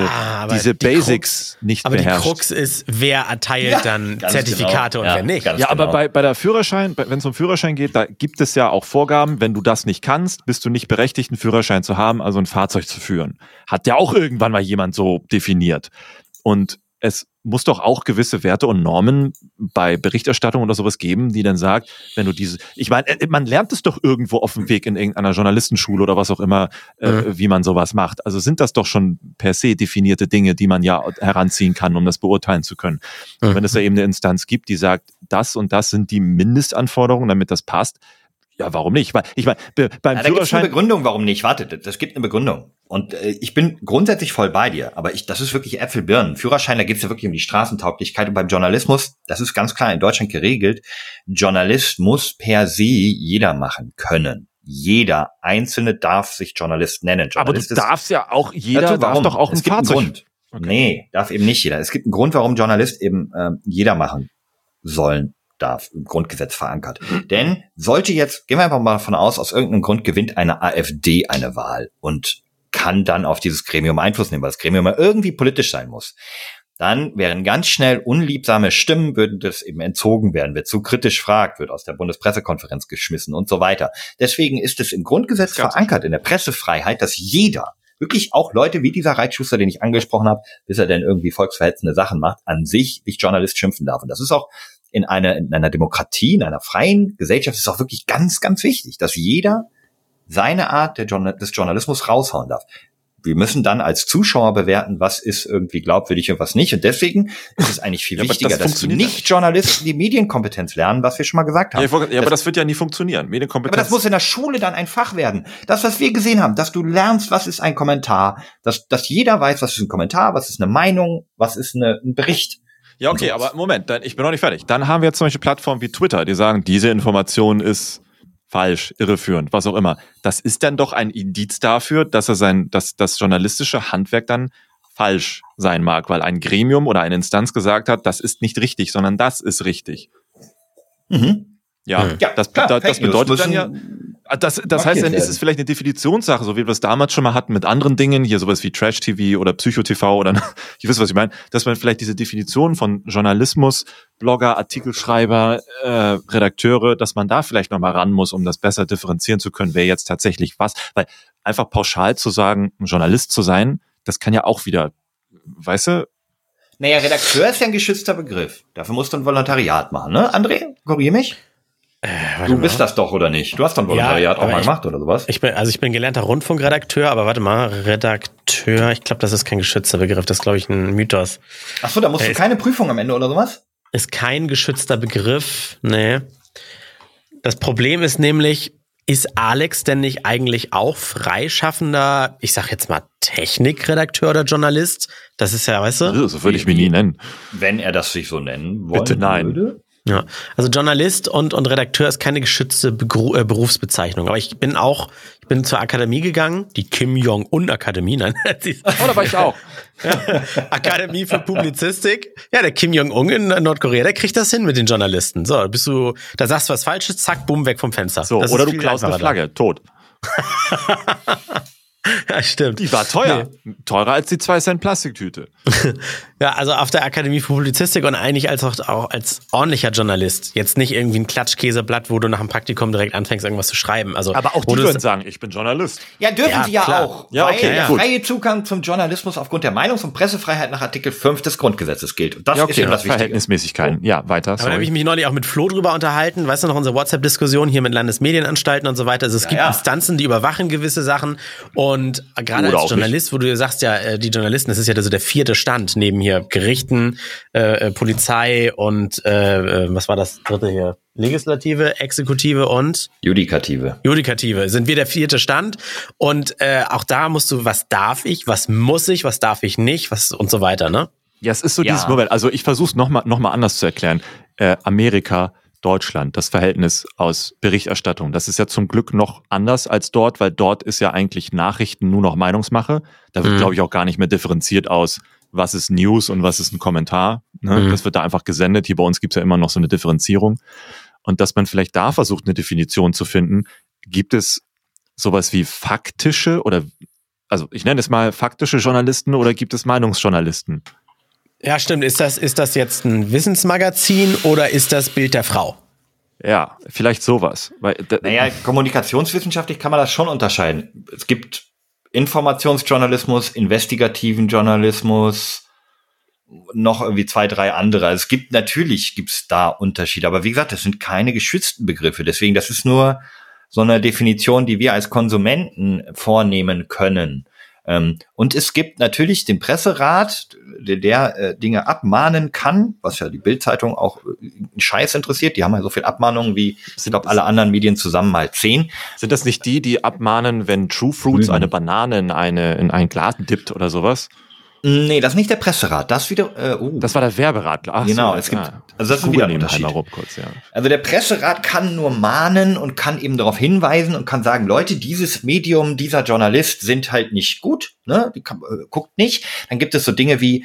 Basics nicht beherrschst. Aber die Krux ist, wer erteilt dann Zertifikate und wer nicht. Ja, aber bei der Führerschein, wenn es um Führerschein geht, da gibt es ja auch Vorgaben, wenn du das nicht kannst, bist du nicht berechtigt, einen Führerschein zu haben, also ein Fahrzeug zu führen. Hat ja auch irgendwann mal jemand so definiert. Und es muss doch auch gewisse Werte und Normen bei Berichterstattung oder sowas geben, die dann sagt, wenn du ich meine, man lernt es doch irgendwo auf dem Weg in irgendeiner Journalistenschule oder was auch immer, wie man sowas macht. Also sind das doch schon per se definierte Dinge, die man ja heranziehen kann, um das beurteilen zu können. Und wenn es da eben eine Instanz gibt, die sagt, das und das sind die Mindestanforderungen, damit das passt, ja, warum nicht? Weil ich meine, beim Führerschein... Da gibt es eine Begründung, warum nicht. Warte, das gibt eine Begründung. Und ich bin grundsätzlich voll bei dir, aber das ist wirklich Äpfel-Birnen. Führerschein, da geht es ja wirklich um die Straßentauglichkeit. Und beim Journalismus, das ist ganz klar in Deutschland geregelt, Journalist muss per se jeder machen können. Jeder Einzelne darf sich Journalist nennen. Journalist, aber du darfst ja auch, jeder darf doch auch ein Fahrzeug. Grund. Okay. Nee, darf eben nicht jeder. Es gibt einen Grund, warum Journalist eben jeder machen sollen darf, im Grundgesetz verankert. Denn sollte jetzt, gehen wir einfach mal davon aus irgendeinem Grund gewinnt eine AfD eine Wahl und kann dann auf dieses Gremium Einfluss nehmen, weil das Gremium ja irgendwie politisch sein muss. Dann wären ganz schnell unliebsame Stimmen, würden das eben entzogen werden, wird zu kritisch fragt, wird aus der Bundespressekonferenz geschmissen und so weiter. Deswegen ist es im Grundgesetz verankert, in der Pressefreiheit, dass jeder, wirklich auch Leute wie dieser Reitschuster, den ich angesprochen habe, bis er denn irgendwie volksverhetzende Sachen macht, an sich nicht Journalist schimpfen darf. Und das ist auch in einer Demokratie, in einer freien Gesellschaft ist auch wirklich ganz, ganz wichtig, dass jeder seine Art des Journalismus raushauen darf. Wir müssen dann als Zuschauer bewerten, was ist irgendwie glaubwürdig und was nicht. Und deswegen ist es eigentlich viel wichtiger, dass die Nicht-Journalisten die Medienkompetenz lernen, was wir schon mal gesagt haben. Ja, aber das wird ja nie funktionieren. Medienkompetenz. Aber das muss in der Schule dann ein Fach werden. Das, was wir gesehen haben, dass du lernst, was ist ein Kommentar, dass jeder weiß, was ist ein Kommentar, was ist eine Meinung, was ist ein Bericht. Ja, okay, aber Moment, ich bin noch nicht fertig. Dann haben wir jetzt zum Beispiel Plattformen wie Twitter, die sagen, diese Information ist falsch, irreführend, was auch immer. Das ist dann doch ein Indiz dafür, dass das journalistische Handwerk dann falsch sein mag, weil ein Gremium oder eine Instanz gesagt hat, das ist nicht richtig, sondern das ist richtig. Ja, das bedeutet dann ja, Das heißt, dann ist es vielleicht eine Definitionssache, so wie wir es damals schon mal hatten mit anderen Dingen, hier sowas wie Trash-TV oder Psycho-TV oder, ich weiß, was ich meine, dass man vielleicht diese Definition von Journalismus, Blogger, Artikelschreiber, Redakteure, dass man da vielleicht nochmal ran muss, um das besser differenzieren zu können, wer jetzt tatsächlich was, weil einfach pauschal zu sagen, ein Journalist zu sein, das kann ja auch wieder, weißt du? Naja, Redakteur ist ja ein geschützter Begriff. Dafür musst du ein Volontariat machen, ne? André, korrigier mich. Du bist das doch, oder nicht? Du hast doch ein Volontariat auch mal gemacht, oder sowas? Ich bin gelernter Rundfunkredakteur, aber warte mal, Redakteur, ich glaube, das ist kein geschützter Begriff, das ist, glaube ich, ein Mythos. Ach so, da musst du keine Prüfung am Ende, oder sowas? Ist kein geschützter Begriff, nee. Das Problem ist nämlich, ist Alex denn nicht eigentlich auch freischaffender, ich sag jetzt mal Technikredakteur oder Journalist? Das ist ja, weißt du? So würde ich mich nie nennen. Wenn er das sich so nennen wollen Bitte nein. würde. Ja, also Journalist und Redakteur ist keine geschützte Berufsbezeichnung. Aber ich bin zur Akademie gegangen, die Kim Jong-un-Akademie. Nein, da war ich auch. Ja, Akademie für Publizistik. Ja, der Kim Jong-un in Nordkorea, der kriegt das hin mit den Journalisten. So, da sagst du was Falsches, zack, bumm, weg vom Fenster. So, oder du klaust eine Flagge, tot. Ja, stimmt. Die war teuer. Nee. Teurer als die 2 Cent Plastiktüte. Ja, also auf der Akademie für Publizistik und eigentlich auch als ordentlicher Journalist. Jetzt nicht irgendwie ein Klatschkäseblatt, wo du nach dem Praktikum direkt anfängst, irgendwas zu schreiben. Also, aber auch die würden sagen, ich bin Journalist. Ja, dürfen sie ja klar. Auch. Ja, okay, weil der freie Zugang zum Journalismus aufgrund der Meinungs- und Pressefreiheit nach Artikel 5 des Grundgesetzes gilt. Und das ist eben das Wichtige. Verhältnismäßigkeiten. Ja, weiter. Aber da habe ich mich neulich auch mit Flo drüber unterhalten. Weißt du noch, unsere WhatsApp-Diskussion hier mit Landesmedienanstalten und so weiter. Also es gibt Instanzen, die überwachen gewisse Sachen. Und gerade als Journalist, wo du sagst ja, die Journalisten, das ist ja so der 4. Stand neben hier Gerichten, Polizei und was war das 3. hier? Legislative, Exekutive und Judikative sind wir der 4. Stand und auch da musst du, was darf ich, was muss ich, was darf ich nicht, was und so weiter, ne? Ja, es ist so dieses Moment, also ich versuche es noch mal anders zu erklären. Amerika, Deutschland, das Verhältnis aus Berichterstattung, das ist ja zum Glück noch anders als dort, weil dort ist ja eigentlich Nachrichten nur noch Meinungsmache. Da wird, glaube ich, auch gar nicht mehr differenziert aus, was ist News und was ist ein Kommentar. Ne? Das wird da einfach gesendet. Hier bei uns gibt's ja immer noch so eine Differenzierung. Und dass man vielleicht da versucht, eine Definition zu finden, gibt es sowas wie faktische oder, also ich nenne es mal faktische Journalisten oder gibt es Meinungsjournalisten? Ja, stimmt. Ist das jetzt ein Wissensmagazin oder ist das Bild der Frau? Ja, vielleicht sowas. Naja, kommunikationswissenschaftlich kann man das schon unterscheiden. Es gibt Informationsjournalismus, investigativen Journalismus, noch irgendwie 2, 3 andere. Also natürlich gibt's da Unterschiede. Aber wie gesagt, das sind keine geschützten Begriffe. Deswegen, das ist nur so eine Definition, die wir als Konsumenten vornehmen können. Und es gibt natürlich den Presserat, der Dinge abmahnen kann, was ja die Bild-Zeitung auch Scheiß interessiert. Die haben ja so viel Abmahnungen wie, ich glaube, alle anderen Medien zusammen mal 10. Sind das nicht die abmahnen, wenn True Fruits eine Banane in ein Glas dippt oder sowas? Nee, das ist nicht der Presserat. Das wieder. Das war der Werberat. Ach, genau, so, es gibt. Also das ist wieder ein Unterschied. Kurz, ja. Also der Presserat kann nur mahnen und kann eben darauf hinweisen und kann sagen, Leute, dieses Medium, dieser Journalist sind halt nicht gut. Ne, guckt nicht. Dann gibt es so Dinge wie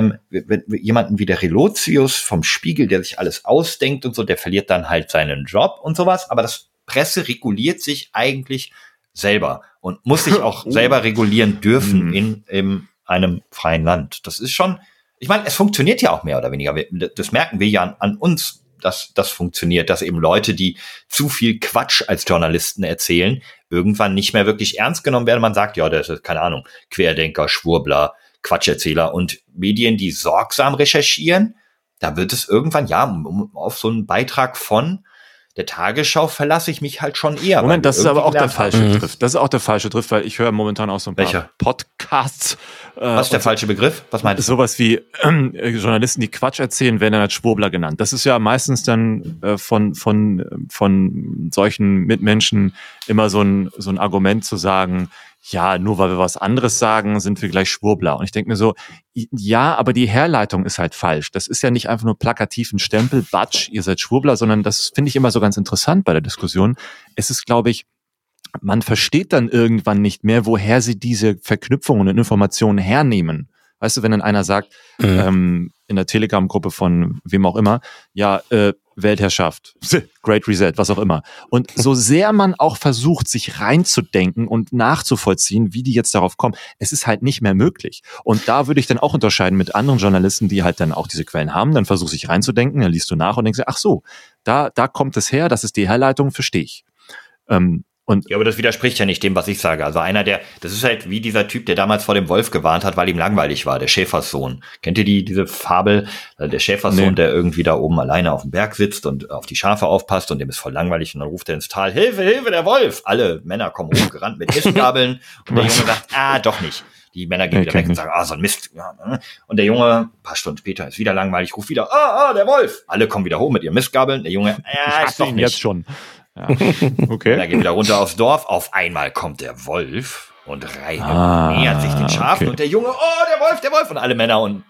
jemanden wie der Relotius vom Spiegel, der sich alles ausdenkt und so, der verliert dann halt seinen Job und sowas. Aber das Presse reguliert sich eigentlich selber und muss sich auch selber regulieren dürfen in einem freien Land. Das ist schon, ich meine, es funktioniert ja auch mehr oder weniger. Das merken wir ja an uns, dass das funktioniert, dass eben Leute, die zu viel Quatsch als Journalisten erzählen, irgendwann nicht mehr wirklich ernst genommen werden. Man sagt, ja, das ist, keine Ahnung, Querdenker, Schwurbler, Quatscherzähler und Medien, die sorgsam recherchieren, da wird es irgendwann, auf so einen Beitrag von der Tagesschau verlasse ich mich halt schon eher. Moment, das ist aber auch der falsche Begriff. Das ist auch der falsche Begriff, weil ich höre momentan auch so ein paar Podcasts. Was ist der falsche Begriff? Was meinst du? Sowas wie Journalisten, die Quatsch erzählen, werden dann als Schwurbler genannt. Das ist ja meistens dann von solchen Mitmenschen immer so ein Argument zu sagen, ja, nur weil wir was anderes sagen, sind wir gleich Schwurbler. Und ich denke mir so, ja, aber die Herleitung ist halt falsch. Das ist ja nicht einfach nur plakativ ein Stempel, Batsch, ihr seid Schwurbler, sondern das finde ich immer so ganz interessant bei der Diskussion. Es ist, glaube ich, man versteht dann irgendwann nicht mehr, woher sie diese Verknüpfungen und Informationen hernehmen. Weißt du, wenn dann einer sagt, in der Telegram-Gruppe von wem auch immer, ja, Weltherrschaft, Great Reset, was auch immer. Und so sehr man auch versucht, sich reinzudenken und nachzuvollziehen, wie die jetzt darauf kommen, es ist halt nicht mehr möglich. Und da würde ich dann auch unterscheiden mit anderen Journalisten, die halt dann auch diese Quellen haben. Dann versuchst du dich reinzudenken, dann liest du nach und denkst, ach so, da kommt es her, das ist die Herleitung, verstehe ich. Ja, aber das widerspricht ja nicht dem, was ich sage. Also das ist halt wie dieser Typ, der damals vor dem Wolf gewarnt hat, weil ihm langweilig war, der Schäfersohn. Kennt ihr diese Fabel? Der Schäfersohn, der irgendwie da oben alleine auf dem Berg sitzt und auf die Schafe aufpasst und dem ist voll langweilig und dann ruft er ins Tal, Hilfe, Hilfe, der Wolf! Alle Männer kommen hochgerannt mit Mistgabeln und der Junge sagt, doch nicht. Die Männer gehen wieder weg und sagen, so ein Mist. Ja, ne? Und der Junge, ein paar Stunden später, ist wieder langweilig, ruft wieder, der Wolf! Alle kommen wieder hoch mit ihren Mistgabeln. Der Junge, ist doch nicht. Jetzt schon. Ja. Okay. Dann geht wieder runter aufs Dorf. Auf einmal kommt der Wolf und nähert sich den Schafen und der Junge, der Wolf und alle Männer und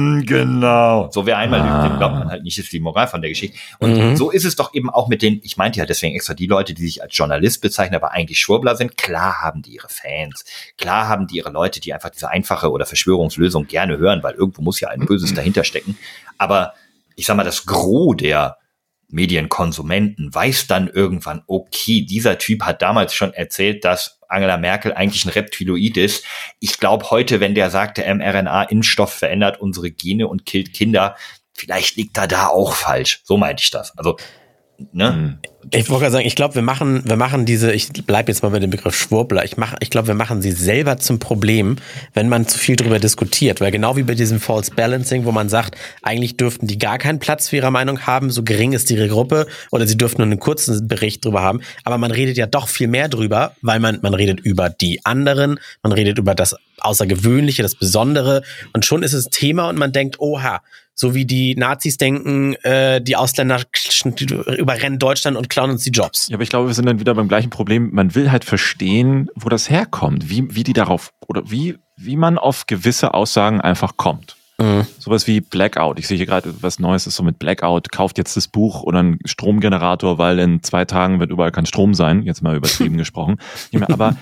genau. So wer einmal lügt, den glaubt man halt nicht, ist die Moral von der Geschichte. Und so ist es doch eben auch mit den, ich meinte ja deswegen extra die Leute, die sich als Journalist bezeichnen, aber eigentlich Schwurbler sind. Klar haben die ihre Fans. Klar haben die ihre Leute, die einfach diese einfache oder Verschwörungslösung gerne hören, weil irgendwo muss ja ein Böses dahinter stecken. Aber ich sag mal, das Gros der Medienkonsumenten weiß dann irgendwann, okay, dieser Typ hat damals schon erzählt, dass Angela Merkel eigentlich ein Reptiloid ist. Ich glaube heute, wenn der sagt, der mRNA-Impfstoff verändert unsere Gene und killt Kinder, vielleicht liegt er da auch falsch. So meinte ich das. Also, ne? Ich wollte gerade sagen, ich glaube, wir machen diese, ich bleibe jetzt mal bei dem Begriff Schwurbler, ich glaube, wir machen sie selber zum Problem, wenn man zu viel drüber diskutiert, weil genau wie bei diesem False Balancing, wo man sagt, eigentlich dürften die gar keinen Platz für ihre Meinung haben, so gering ist ihre Gruppe, oder sie dürften nur einen kurzen Bericht drüber haben, aber man redet ja doch viel mehr drüber, weil man redet über die anderen, man redet über das Außergewöhnliche, das Besondere, und schon ist es Thema und man denkt, oha, so wie die Nazis denken, die Ausländer überrennen Deutschland und klauen uns die Jobs. Ja, aber ich glaube, wir sind dann wieder beim gleichen Problem. Man will halt verstehen, wo das herkommt, wie die darauf, oder wie man auf gewisse Aussagen einfach kommt. Sowas wie Blackout. Ich sehe hier gerade was Neues ist so mit Blackout. Kauft jetzt das Buch oder einen Stromgenerator, weil in 2 Tagen wird überall kein Strom sein. Jetzt mal übertrieben gesprochen. Aber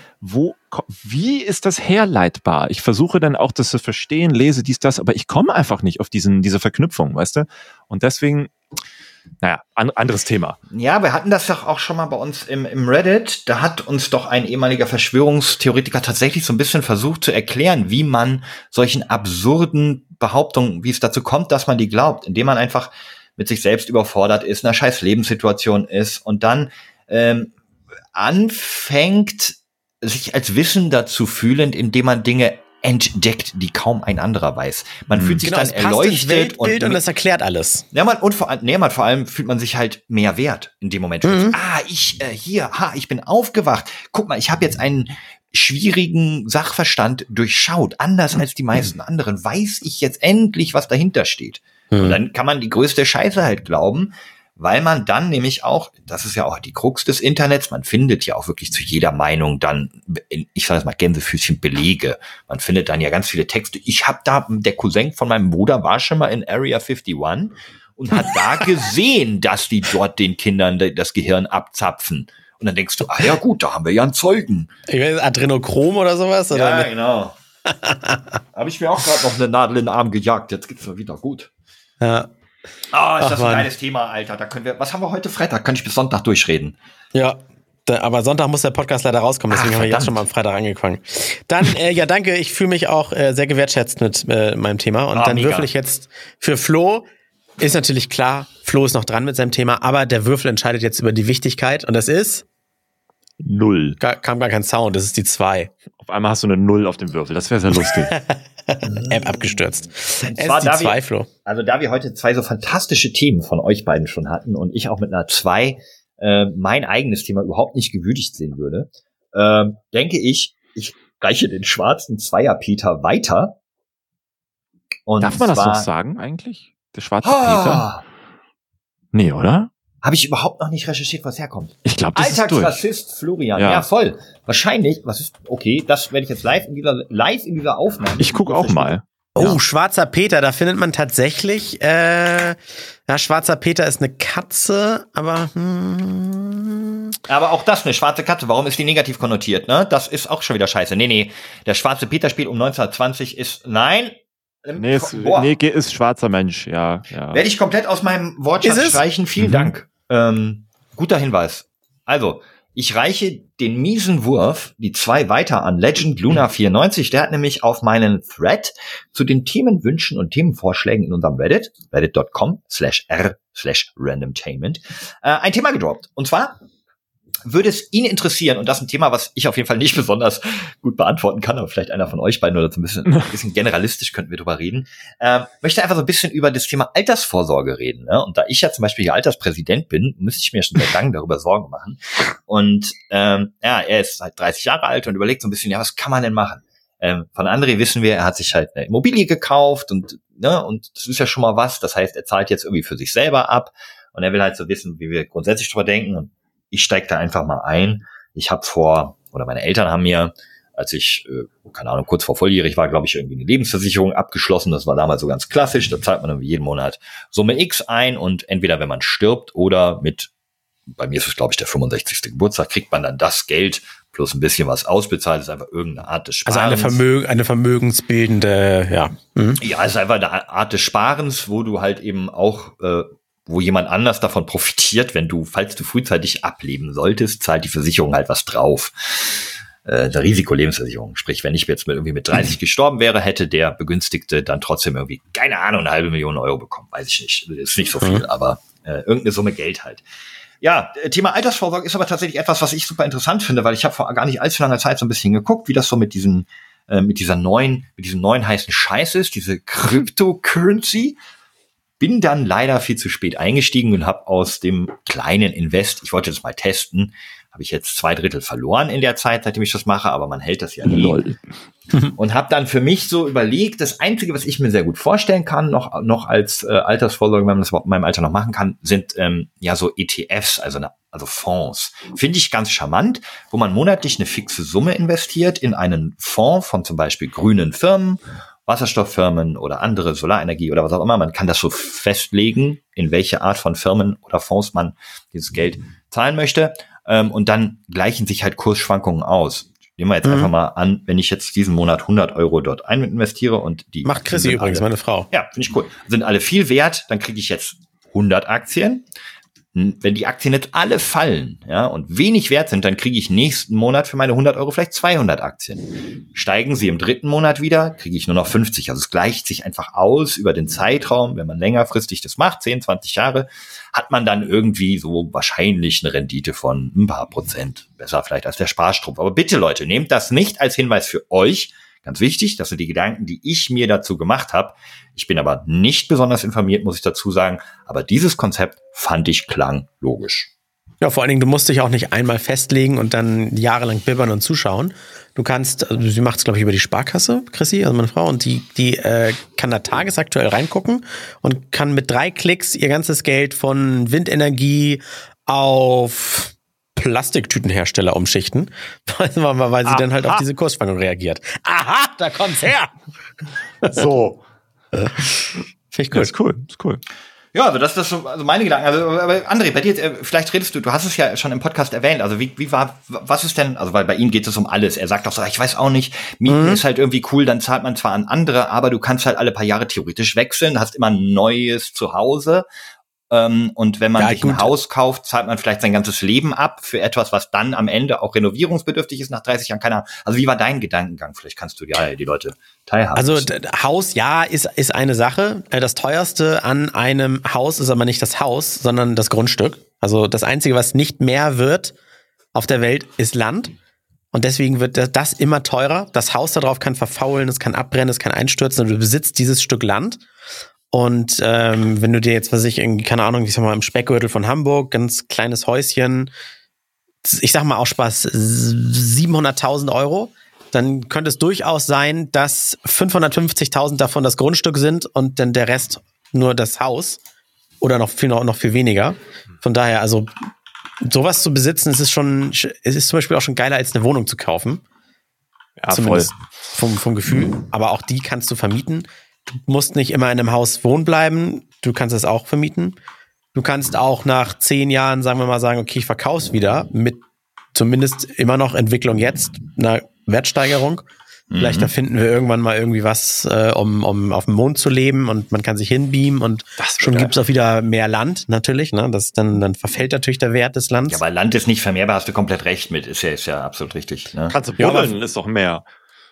wie ist das herleitbar? Ich versuche dann auch das zu verstehen, lese das, aber ich komme einfach nicht auf diese Verknüpfung, weißt du? Und deswegen, anderes Thema. Ja, wir hatten das doch auch schon mal bei uns im Reddit. Da hat uns doch ein ehemaliger Verschwörungstheoretiker tatsächlich so ein bisschen versucht zu erklären, wie man solchen absurden Behauptungen, wie es dazu kommt, dass man die glaubt, indem man einfach mit sich selbst überfordert ist, in einer scheiß Lebenssituation ist und dann anfängt, sich als Wissender zu fühlen, indem man Dinge entdeckt, die kaum ein anderer weiß. Man fühlt sich dann erleuchtet und das erklärt alles. Ja, vor allem fühlt man sich halt mehr wert in dem Moment. Ich bin aufgewacht. Guck mal, ich habe jetzt einen schwierigen Sachverstand durchschaut. Anders als die meisten anderen weiß ich jetzt endlich, was dahinter steht. Und dann kann man die größte Scheiße halt glauben, weil man dann nämlich auch, das ist ja auch die Krux des Internets, man findet ja auch wirklich zu jeder Meinung dann, ich sage jetzt mal Gänsefüßchen, Belege. Man findet dann ja ganz viele Texte. Der Cousin von meinem Bruder war schon mal in Area 51 und hat da gesehen, dass die dort den Kindern das Gehirn abzapfen. Und dann denkst du, ja gut, da haben wir ja einen Zeugen. Ich weiß, Adrenochrom oder sowas? Oder? Ja, genau. Habe ich mir auch gerade noch eine Nadel in den Arm gejagt. Jetzt geht's mir wieder gut. Ja. Ist das ein geiles Thema, Alter. Was haben wir heute Freitag? Kann ich bis Sonntag durchreden. Ja, aber Sonntag muss der Podcast leider rauskommen, deswegen haben wir jetzt schon mal am Freitag angefangen. Dann, danke, ich fühle mich auch sehr gewertschätzt mit meinem Thema. Und dann würfel ich jetzt für Flo. Ist natürlich klar, Flo ist noch dran mit seinem Thema, aber der Würfel entscheidet jetzt über die Wichtigkeit und das ist 0. Kam gar kein Sound, das ist die 2. Auf einmal hast du eine 0 auf dem Würfel, das wäre sehr lustig. App abgestürzt. Es ist die 2, Flo. Also da wir heute 2 so fantastische Themen von euch beiden schon hatten und ich auch mit einer 2 mein eigenes Thema überhaupt nicht gewürdigt sehen würde, denke ich reiche den schwarzen Zweier-Peter weiter. Und darf man das noch sagen eigentlich? Der schwarze Peter? Nee, oder? Habe ich überhaupt noch nicht recherchiert, was herkommt. Ich glaube, das ist durch. Alltagsrassist Florian. Ja, voll. Wahrscheinlich. Okay, das werde ich jetzt live in dieser Aufnahme. Ich gucke auch mal. Oh, schwarzer Peter, da findet man tatsächlich, schwarzer Peter ist eine Katze, aber Aber auch das, eine schwarze Katze, warum ist die negativ konnotiert, ne? Das ist auch schon wieder scheiße. Nee, der schwarze Peter-Spiel um 1920 ist, nein, Nee, ist schwarzer Mensch, ja. Werde ich komplett aus meinem Wortschatz streichen. Vielen Dank. Guter Hinweis. Also, ich reiche den miesen Wurf, die 2 weiter an Legend Luna 94. Der hat nämlich auf meinen Thread zu den Themenwünschen und Themenvorschlägen in unserem Reddit, reddit.com/r/randomtainment, ein Thema gedroppt. Und zwar würde es ihn interessieren, und das ist ein Thema, was ich auf jeden Fall nicht besonders gut beantworten kann, aber vielleicht einer von euch beiden oder so ein bisschen generalistisch könnten wir drüber reden, möchte einfach so ein bisschen über das Thema Altersvorsorge reden. Ne? Und da ich ja zum Beispiel hier Alterspräsident bin, müsste ich mir schon seit langem darüber Sorgen machen. Und er ist halt 30 Jahre alt und überlegt so ein bisschen, was kann man denn machen? Von André wissen wir, er hat sich halt eine Immobilie gekauft und das ist ja schon mal was. Das heißt, er zahlt jetzt irgendwie für sich selber ab und er will halt so wissen, wie wir grundsätzlich drüber denken. Und ich steige da einfach mal ein. Meine Eltern haben mir, als ich, kurz vor volljährig war, glaube ich, irgendwie eine Lebensversicherung abgeschlossen. Das war damals so ganz klassisch. Da zahlt man irgendwie jeden Monat Summe X ein und entweder, wenn man stirbt oder bei mir ist es, glaube ich, der 65. Geburtstag, kriegt man dann das Geld plus ein bisschen was ausbezahlt. Das ist einfach irgendeine Art des Sparens. Also eine vermögensbildende, ja. Ja, es ist einfach eine Art des Sparens, wo du halt eben auch wo jemand anders davon profitiert, falls du frühzeitig ableben solltest, zahlt die Versicherung halt was drauf. Eine Risikolebensversicherung. Sprich, wenn ich jetzt mit 30 gestorben wäre, hätte der Begünstigte dann trotzdem irgendwie, keine Ahnung, 500.000 Euro bekommen. Weiß ich nicht. Ist nicht so viel, aber irgendeine Summe Geld halt. Ja, Thema Altersvorsorge ist aber tatsächlich etwas, was ich super interessant finde, weil ich habe vor gar nicht allzu langer Zeit so ein bisschen geguckt, wie das so mit diesem neuen heißen Scheiß ist, diese Cryptocurrency. Bin dann leider viel zu spät eingestiegen und habe aus dem kleinen Invest, ich wollte das mal testen, habe ich jetzt 2/3 verloren in der Zeit, seitdem ich das mache, aber man hält das ja nie. Und habe dann für mich so überlegt, das Einzige, was ich mir sehr gut vorstellen kann, noch als Altersvorsorge, wenn man das in meinem Alter noch machen kann, sind so ETFs, also Fonds. Finde ich ganz charmant, wo man monatlich eine fixe Summe investiert in einen Fonds von zum Beispiel grünen Firmen, Wasserstofffirmen oder andere Solarenergie oder was auch immer. Man kann das so festlegen, in welche Art von Firmen oder Fonds man dieses Geld zahlen möchte. Und dann gleichen sich halt Kursschwankungen aus. Nehmen wir jetzt einfach mal an, wenn ich jetzt diesen Monat 100 Euro dort investiere und die... Macht Chrissy übrigens, meine Frau. Ja, finde ich cool. Sind alle viel wert, dann kriege ich jetzt 100 Aktien. Wenn die Aktien jetzt alle fallen, und wenig wert sind, dann kriege ich nächsten Monat für meine 100 Euro vielleicht 200 Aktien. Steigen sie im 3. Monat wieder, kriege ich nur noch 50. Also es gleicht sich einfach aus über den Zeitraum. Wenn man längerfristig das macht, 10, 20 Jahre, hat man dann irgendwie so wahrscheinlich eine Rendite von ein paar Prozent. Besser vielleicht als der Sparstrumpf. Aber bitte Leute, nehmt das nicht als Hinweis für euch. Ganz wichtig, das sind die Gedanken, die ich mir dazu gemacht habe. Ich bin aber nicht besonders informiert, muss ich dazu sagen. Aber dieses Konzept fand ich klang logisch. Ja, vor allen Dingen, du musst dich auch nicht einmal festlegen und dann jahrelang bibbern und zuschauen. Du kannst, sie macht es, glaube ich, über die Sparkasse, Chrissy, also meine Frau, und die kann da tagesaktuell reingucken und kann mit 3 Klicks ihr ganzes Geld von Windenergie auf Plastiktütenhersteller umschichten, weil sie dann halt auf diese Kursschwankung reagiert. Aha, da kommt's her! So. Finde ich cool. Ist cool. Ja, also das ist so, also meine Gedanken. Also, aber André, bei dir, vielleicht redest du hast es ja schon im Podcast erwähnt. Also was ist denn, also weil bei ihm geht es um alles. Er sagt doch so, ich weiß auch nicht, Mieten ist halt irgendwie cool, dann zahlt man zwar an andere, aber du kannst halt alle paar Jahre theoretisch wechseln, hast immer ein neues Zuhause. Und wenn man sich ein Haus kauft, zahlt man vielleicht sein ganzes Leben ab für etwas, was dann am Ende auch renovierungsbedürftig ist nach 30 Jahren. Keine Ahnung. Also wie war dein Gedankengang? Vielleicht kannst du die Leute teilhaben. Also Haus, ja, ist eine Sache. Das teuerste an einem Haus ist aber nicht das Haus, sondern das Grundstück. Also das Einzige, was nicht mehr wird auf der Welt, ist Land. Und deswegen wird das immer teurer. Das Haus darauf kann verfaulen, es kann abbrennen, es kann einstürzen und du besitzt dieses Stück Land. Und wenn du dir jetzt, keine Ahnung, ich sag mal, im Speckgürtel von Hamburg, ganz kleines Häuschen, ich sag mal auch Spaß, 700.000 Euro, dann könnte es durchaus sein, dass 550.000 davon das Grundstück sind und dann der Rest nur das Haus oder noch viel weniger. Von daher, also sowas zu besitzen, es ist zum Beispiel auch schon geiler, als eine Wohnung zu kaufen. Ja, zumindest voll. Vom Gefühl. Aber auch die kannst du vermieten. Du musst nicht immer in einem Haus wohnen bleiben. Du kannst es auch vermieten. Du kannst auch nach 10 Jahren, sagen wir mal, sagen, okay, ich verkauf's wieder mit zumindest immer noch Entwicklung jetzt, einer Wertsteigerung. Vielleicht da finden wir irgendwann mal irgendwie was, um auf dem Mond zu leben und man kann sich hinbeamen und schon gibt's auch wieder mehr Land natürlich, ne? Das dann verfällt natürlich der Wert des Landes. Ja, aber Land ist nicht vermehrbar, hast du komplett recht mit. Ist ja absolut richtig. Ne? Kannst du buddeln, ist doch mehr.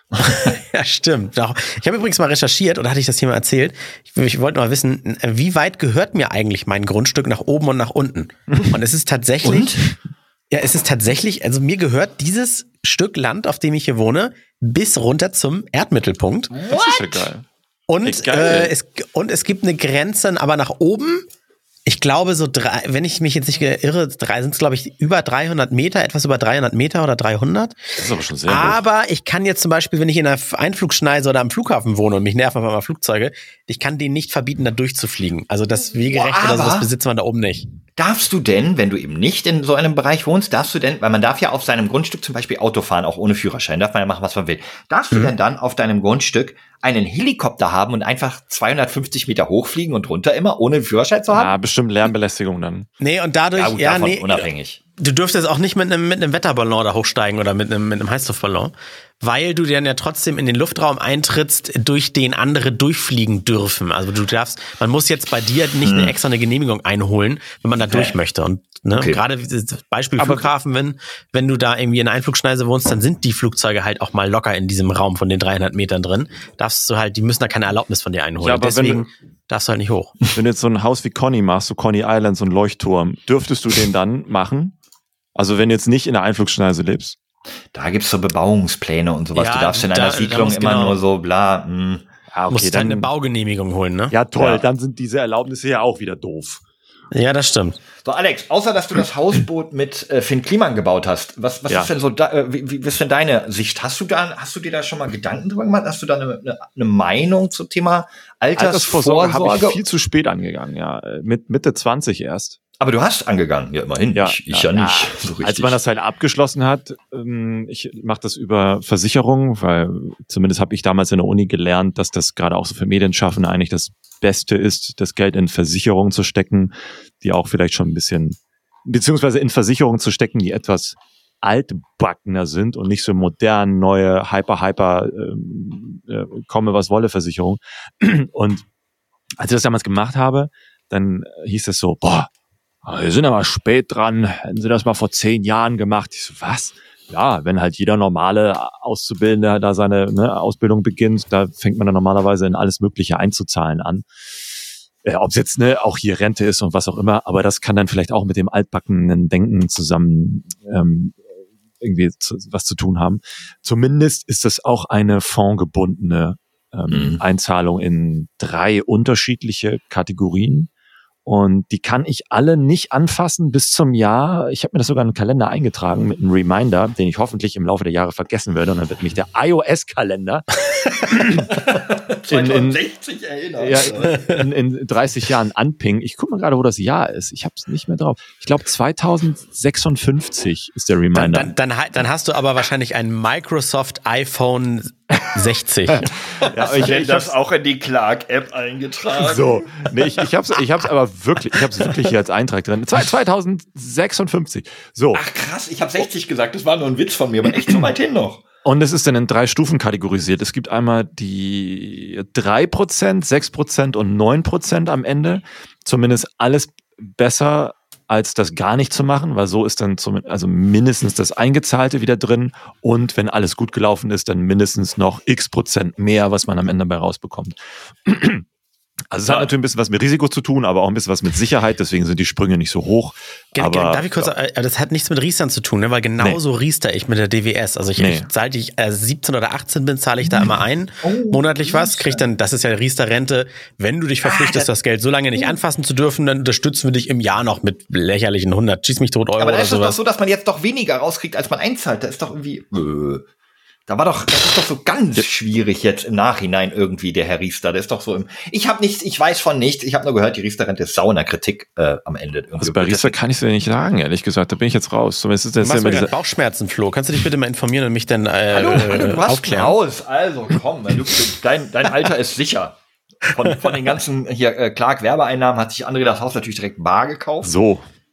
Ja, stimmt. Ich habe übrigens mal recherchiert, oder hatte ich das hier mal erzählt? Ich wollte mal wissen, wie weit gehört mir eigentlich mein Grundstück nach oben und nach unten? Und es ist tatsächlich... Ja, es ist tatsächlich, also mir gehört dieses Stück Land, auf dem ich hier wohne, bis runter zum Erdmittelpunkt. Das ist ja geil. Und es gibt eine Grenze, aber nach oben, ich glaube wenn ich mich jetzt nicht irre, sind es glaube ich über 300 Meter, etwas über 300 Meter oder 300. Das ist aber schon sehr hoch. Aber ich kann jetzt zum Beispiel, wenn ich in einer Einflugschneise oder am Flughafen wohne und mich nerven auf einmal Flugzeuge, ich kann denen nicht verbieten, da durchzufliegen. Also das Wegerecht oder sowas besitzt man da oben nicht. Darfst du denn, wenn du eben nicht in so einem Bereich wohnst, weil man darf ja auf seinem Grundstück zum Beispiel Auto fahren, auch ohne Führerschein, darf man ja machen, was man will. Darfst du denn dann auf deinem Grundstück einen Helikopter haben und einfach 250 Meter hochfliegen und runter immer, ohne einen Führerschein zu haben? Ja, bestimmt Lärmbelästigung dann. Nee, und dadurch, unabhängig. Du dürftest auch nicht mit einem Wetterballon da hochsteigen oder mit einem Heißluftballon, weil du dann ja trotzdem in den Luftraum eintrittst, durch den andere durchfliegen dürfen. Also man muss jetzt bei dir nicht eine Genehmigung einholen, wenn man da durch möchte. Und gerade Beispiel Flughafen, wenn du da irgendwie in einer Einflugschneise wohnst, dann sind die Flugzeuge halt auch mal locker in diesem Raum von den 300 Metern drin. Die müssen da keine Erlaubnis von dir einholen. Ja, deswegen darfst du halt nicht hoch. Wenn du jetzt so ein Haus wie Conny machst, so Conny Island, so ein Leuchtturm, dürftest du den dann machen? Also wenn du jetzt nicht in der Einflugschneise lebst. Da gibt's so Bebauungspläne und sowas. Ja, du darfst in einer Siedlung immer nur so bla. Ja, okay, musst dann eine Baugenehmigung holen, ne? Ja, toll. Dann sind diese Erlaubnisse ja auch wieder doof. Ja, das stimmt. So, Alex, außer dass du das Hausboot mit Finn Kliman gebaut hast, was ist denn so wie ist denn deine Sicht? Hast du dir da schon mal Gedanken drüber gemacht? Hast du da eine Meinung zum Thema Altersvorsorge? Habe ich viel zu spät angegangen, ja. Mit Mitte 20 erst. Aber du hast angegangen, ja, immerhin. Ja, ich ja nicht. So richtig. Als man das halt abgeschlossen hat, ich mache das über Versicherungen, weil zumindest habe ich damals in der Uni gelernt, dass das gerade auch so für Medienschaffende eigentlich das Beste ist, das Geld in Versicherungen zu stecken, die auch vielleicht schon ein bisschen, beziehungsweise in Versicherungen zu stecken, die etwas altbackener sind und nicht so modern, neue, komme was wolle Versicherung. Und als ich das damals gemacht habe, dann hieß es so, wir sind aber spät dran, hätten sie das mal vor 10 Jahren gemacht. Ich so, was? Ja, wenn halt jeder normale Auszubildende da seine Ausbildung beginnt, da fängt man dann normalerweise in alles Mögliche einzuzahlen an. Ob es jetzt auch hier Rente ist und was auch immer, aber das kann dann vielleicht auch mit dem altbackenen Denken zusammen irgendwie was zu tun haben. Zumindest ist das auch eine fondgebundene Einzahlung in 3 unterschiedliche Kategorien. Und die kann ich alle nicht anfassen bis zum Jahr. Ich habe mir das sogar in den Kalender eingetragen mit einem Reminder, den ich hoffentlich im Laufe der Jahre vergessen werde. Und dann wird mich der iOS-Kalender 2060 erinnert. Ja, in 30 Jahren anpingen. Ich gucke mal gerade, wo das Jahr ist. Ich habe es nicht mehr drauf. Ich glaube 2056 ist der Reminder. Dann hast du aber wahrscheinlich ein Microsoft iPhone 60. Ja, ich hätte das auch in die Clark-App eingetragen. So, nee, ich hab's wirklich hier als Eintrag drin. 2056. So. Ach krass, ich habe 60 gesagt, das war nur ein Witz von mir, aber echt so weit hin noch. Und es ist dann in 3 Stufen kategorisiert. Es gibt einmal die 3%, 6% und 9% am Ende. Zumindest alles besser als das gar nicht zu machen, weil so ist dann also mindestens das Eingezahlte wieder drin und wenn alles gut gelaufen ist, dann mindestens noch x% mehr, was man am Ende dabei rausbekommt. Also es hat natürlich ein bisschen was mit Risiko zu tun, aber auch ein bisschen was mit Sicherheit, deswegen sind die Sprünge nicht so hoch. Darf ich kurz, das hat nichts mit Riestern zu tun, ne? Weil genauso riester ich mit der DWS. Also seit ich 17 oder 18 bin, zahle ich da immer monatlich was, krieg dann, das ist ja Riester-Rente, wenn du dich verpflichtest, das Geld so lange nicht anfassen zu dürfen, dann unterstützen wir dich im Jahr noch mit lächerlichen 100, schieß mich tot Euro aber oder sowas. Aber da ist es doch so, dass man jetzt doch weniger rauskriegt, als man einzahlt. Das ist doch irgendwie... Das ist doch so ganz schwierig jetzt im Nachhinein irgendwie, der Herr Riester. Der ist doch so ich weiß von nichts. Ich habe nur gehört, die Riester-Rente ist sau in der Kritik am Ende. Irgendwie. Also bei Riester kann ich es ja nicht sagen, ehrlich gesagt. Da bin ich jetzt raus. Du machst mir Bauchschmerzen, Flo. Kannst du dich bitte mal informieren und mich dann Hallo, du hast raus. Also komm, dein Alter ist sicher. Von den ganzen hier Clark-Werbeeinnahmen hat sich André das Haus natürlich direkt bar gekauft. So.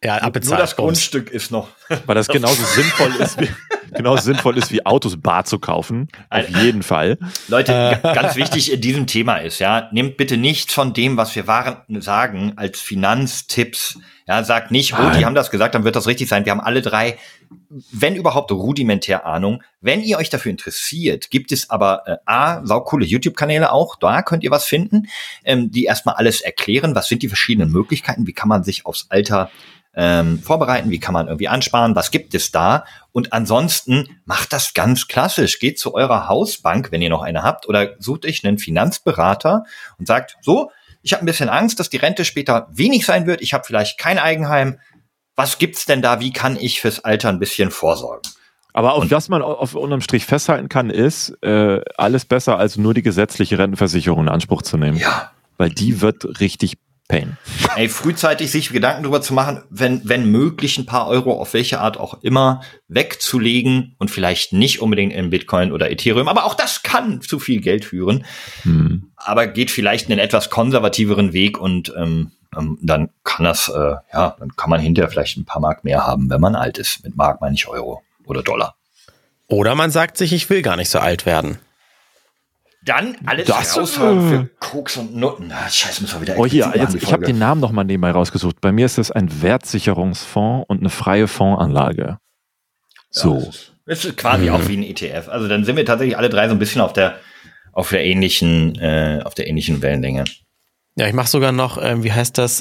Ja, abbezahlt. Nur das Grundstück ist noch. Weil das genauso sinnvoll ist wie Autos bar zu kaufen. Auf jeden Fall. Leute, ganz wichtig in diesem Thema ist, ja, nehmt bitte nichts von dem, was wir sagen, als Finanztipps. Ja, sagt nicht, die haben das gesagt, dann wird das richtig sein. Wir haben alle drei, wenn überhaupt, rudimentär Ahnung. Wenn ihr euch dafür interessiert, gibt es aber saucoole YouTube-Kanäle auch. Da könnt ihr was finden, die erstmal alles erklären. Was sind die verschiedenen Möglichkeiten? Wie kann man sich aufs Alter vorbereiten? Wie kann man irgendwie ansparen? Was gibt es da? Und ansonsten macht das ganz klassisch. Geht zu eurer Hausbank, wenn ihr noch eine habt, oder sucht euch einen Finanzberater und sagt, so, ich habe ein bisschen Angst, dass die Rente später wenig sein wird. Ich habe vielleicht kein Eigenheim. Was gibt's denn da? Wie kann ich fürs Alter ein bisschen vorsorgen? Aber was man auf unterm Strich festhalten kann, ist, alles besser als nur die gesetzliche Rentenversicherung in Anspruch zu nehmen. Ja. Weil die wird richtig Pain. Ey, frühzeitig sich Gedanken darüber zu machen, wenn möglich ein paar Euro auf welche Art auch immer wegzulegen und vielleicht nicht unbedingt in Bitcoin oder Ethereum, aber auch das kann zu viel Geld führen. Aber geht vielleicht einen etwas konservativeren Weg und dann kann dann kann man hinterher vielleicht ein paar Mark mehr haben, wenn man alt ist. Mit Mark meine ich Euro oder Dollar. Oder man sagt sich, ich will gar nicht so alt werden. Dann alles raushauen für Koks und Nutten. Scheiße, müssen wir wieder. Ich habe den Namen noch mal nebenbei rausgesucht. Bei mir ist es ein Wertsicherungsfonds und eine freie Fondsanlage. So. Das ist quasi auch wie ein ETF. Also dann sind wir tatsächlich alle drei so ein bisschen auf der ähnlichen Wellenlänge. Ja, ich mache sogar noch, wie heißt das,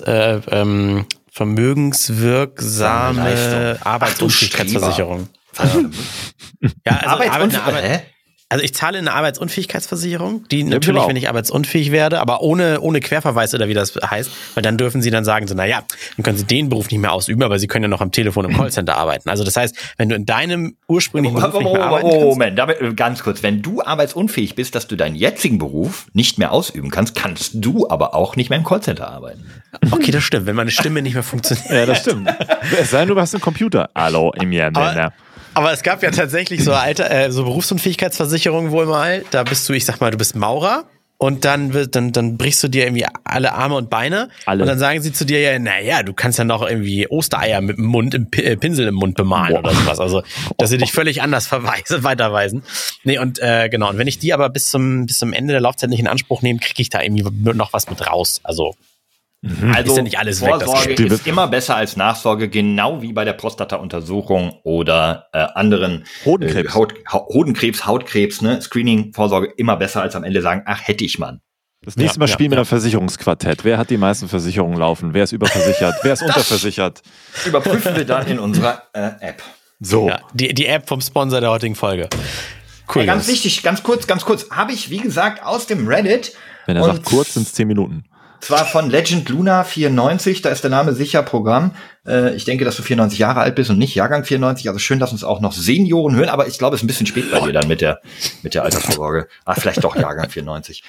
vermögenswirksame Arbeitsunfähigkeitsversicherung. Ja, also Also ich zahle eine Arbeitsunfähigkeitsversicherung, die natürlich, wenn ich arbeitsunfähig werde, aber ohne Querverweis oder wie das heißt, weil dann dürfen sie dann sagen, so, naja, dann können sie den Beruf nicht mehr ausüben, aber sie können ja noch am Telefon im Callcenter arbeiten. Also das heißt, wenn du in deinem ursprünglichen Beruf nicht mehr arbeiten kannst. Moment, damit ganz kurz. Wenn du arbeitsunfähig bist, dass du deinen jetzigen Beruf nicht mehr ausüben kannst, kannst du aber auch nicht mehr im Callcenter arbeiten. Okay, das stimmt, wenn meine Stimme nicht mehr funktioniert. Ja, das stimmt. Es sei denn, du hast einen Computer. Hallo, Aber es gab ja tatsächlich so Berufsunfähigkeitsversicherungen wohl mal. Da bist du, ich sag mal, du bist Maurer und dann brichst du dir irgendwie alle Arme und Beine. Und dann sagen sie zu dir ja, naja, du kannst ja noch irgendwie Ostereier mit dem Mund, Pinsel im Mund bemalen oder sowas. Also, dass sie dich völlig anders weiterweisen. Nee, und genau. Und wenn ich die aber bis zum Ende der Laufzeit nicht in Anspruch nehme, kriege ich da irgendwie noch was mit raus. Also ist ja nicht alles Vorsorge weg. Ist immer besser als Nachsorge, genau wie bei der Prostata-Untersuchung oder anderen Hodenkrebs. Hodenkrebs, Hautkrebs, ne? Screening, Vorsorge immer besser als am Ende sagen, ach, hätte ich mal. Das nächste Mal spielen wir ein Versicherungsquartett. Wer hat die meisten Versicherungen laufen? Wer ist überversichert? Wer ist unterversichert? Überprüfen wir dann in unserer App. So. Ja, die App vom Sponsor der heutigen Folge. Cool. Hey, ganz wichtig, ganz kurz, habe ich, wie gesagt, aus dem Reddit. Wenn er sagt kurz, sind es 10 Minuten. Zwar von Legend Luna 94, da ist der Name sicher Programm. Ich denke, dass du 94 Jahre alt bist und nicht Jahrgang 94. Also schön, dass uns auch noch Senioren hören, aber ich glaube, es ist ein bisschen spät bei dir dann mit der Altersvorsorge. Vielleicht doch Jahrgang 94.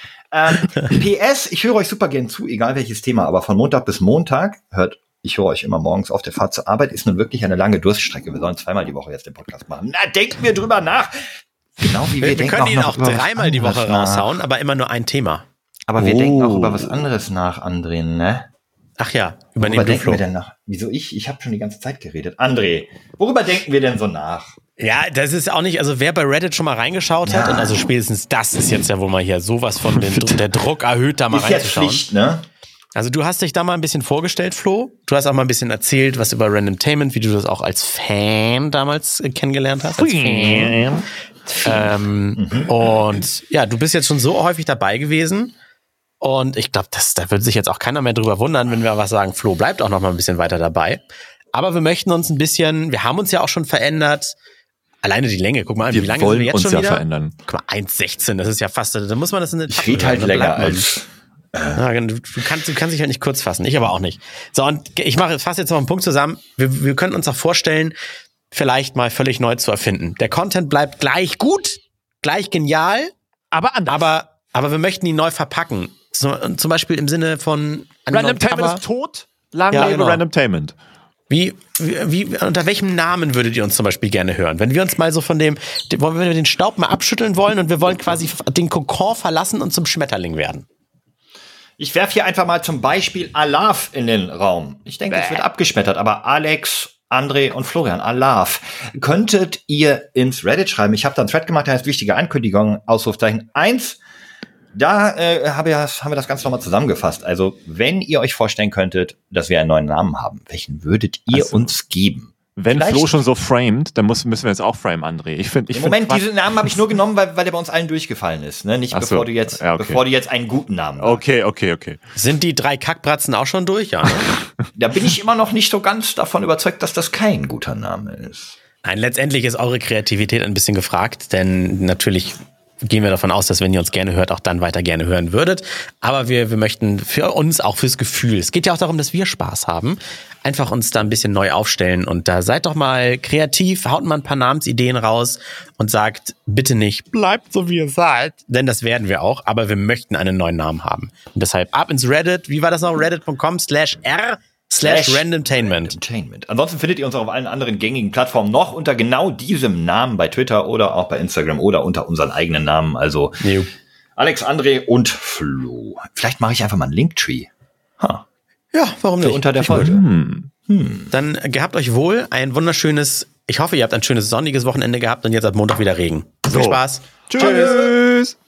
PS, ich höre euch super gern zu, egal welches Thema, aber von Montag bis Montag ich höre euch immer morgens auf der Fahrt zur Arbeit, ist nun wirklich eine lange Durststrecke. Wir sollen 2-mal die Woche jetzt den Podcast machen. Na, denken wir drüber nach. Genau wie wir denken. Wir können ihn auch 3-mal die Woche raushauen, aber immer nur ein Thema. Aber wir denken auch über was anderes nach, André, ne? Ach ja, übernehmen worüber denken wir denn nach? Wieso ich? Ich habe schon die ganze Zeit geredet. André, worüber denken wir denn so nach? Ja, das ist auch nicht, also wer bei Reddit schon mal reingeschaut hat, und also spätestens das ist jetzt ja wohl mal hier sowas von der Druck erhöht, da mal reinzuschauen. Ist jetzt Pflicht, ne? Also du hast dich da mal ein bisschen vorgestellt, Flo. Du hast auch mal ein bisschen erzählt, was über Randomtainment, wie du das auch als Fan damals kennengelernt hast. Als Fan. Und ja, du bist jetzt schon so häufig dabei gewesen. Und ich glaube, da wird sich jetzt auch keiner mehr drüber wundern, wenn wir was sagen, Flo bleibt auch noch mal ein bisschen weiter dabei. Aber wir möchten uns ein bisschen, wir haben uns ja auch schon verändert. Alleine die Länge, guck mal, wie lange sind wir jetzt schon wieder? Verändern. Guck mal, 1,16, das ist ja fast, da muss man das in den Ich rede halt länger als... Ja, du kannst dich halt nicht kurz fassen, ich aber auch nicht. So, und ich fasse jetzt noch einen Punkt zusammen. Wir können uns auch vorstellen, vielleicht mal völlig neu zu erfinden. Der Content bleibt gleich gut, gleich genial, aber anders. Aber wir möchten ihn neu verpacken. So, zum Beispiel im Sinne von Randomtainment ist tot, lange lebe Randomtainment. Unter welchem Namen würdet ihr uns zum Beispiel gerne hören? Wenn wir uns mal so wenn wir den Staub mal abschütteln wollen und wir wollen quasi den Kokon verlassen und zum Schmetterling werden. Ich werfe hier einfach mal zum Beispiel Alaf in den Raum. Ich denke, es wird abgeschmettert, aber Alex, André und Florian, Alaf, könntet ihr ins Reddit schreiben? Ich habe da einen Thread gemacht, der heißt wichtige Ankündigung, Ausrufzeichen 1. Da haben wir das Ganze nochmal zusammengefasst. Also, wenn ihr euch vorstellen könntet, dass wir einen neuen Namen haben, welchen würdet ihr uns geben? Wenn Flo schon so framed, dann müssen wir jetzt auch frame, André. Im Moment, diesen Namen habe ich nur genommen, weil der bei uns allen durchgefallen ist. Ne? Nicht bevor du jetzt einen guten Namen hast. Okay. Sind die 3 Kackbratzen auch schon durch? Ja, ne? Da bin ich immer noch nicht so ganz davon überzeugt, dass das kein guter Name ist. Nein, letztendlich ist eure Kreativität ein bisschen gefragt, denn natürlich gehen wir davon aus, dass wenn ihr uns gerne hört, auch dann weiter gerne hören würdet. Aber wir möchten für uns, auch fürs Gefühl, es geht ja auch darum, dass wir Spaß haben, einfach uns da ein bisschen neu aufstellen. Und da seid doch mal kreativ, haut mal ein paar Namensideen raus und sagt, bitte nicht, bleibt so wie ihr seid. Denn das werden wir auch, aber wir möchten einen neuen Namen haben. Und deshalb ab ins Reddit, wie war das noch? reddit.com/r/randomtainment. Ansonsten findet ihr uns auch auf allen anderen gängigen Plattformen noch unter genau diesem Namen bei Twitter oder auch bei Instagram oder unter unseren eigenen Namen. Also Alex, André und Flo. Vielleicht mache ich einfach mal einen Linktree. Ja, warum nicht? Unter der Folge. Dann gehabt euch wohl ein wunderschönes, ich hoffe, ihr habt ein schönes sonniges Wochenende gehabt und jetzt ab Montag wieder Regen. Viel Spaß. Tschüss.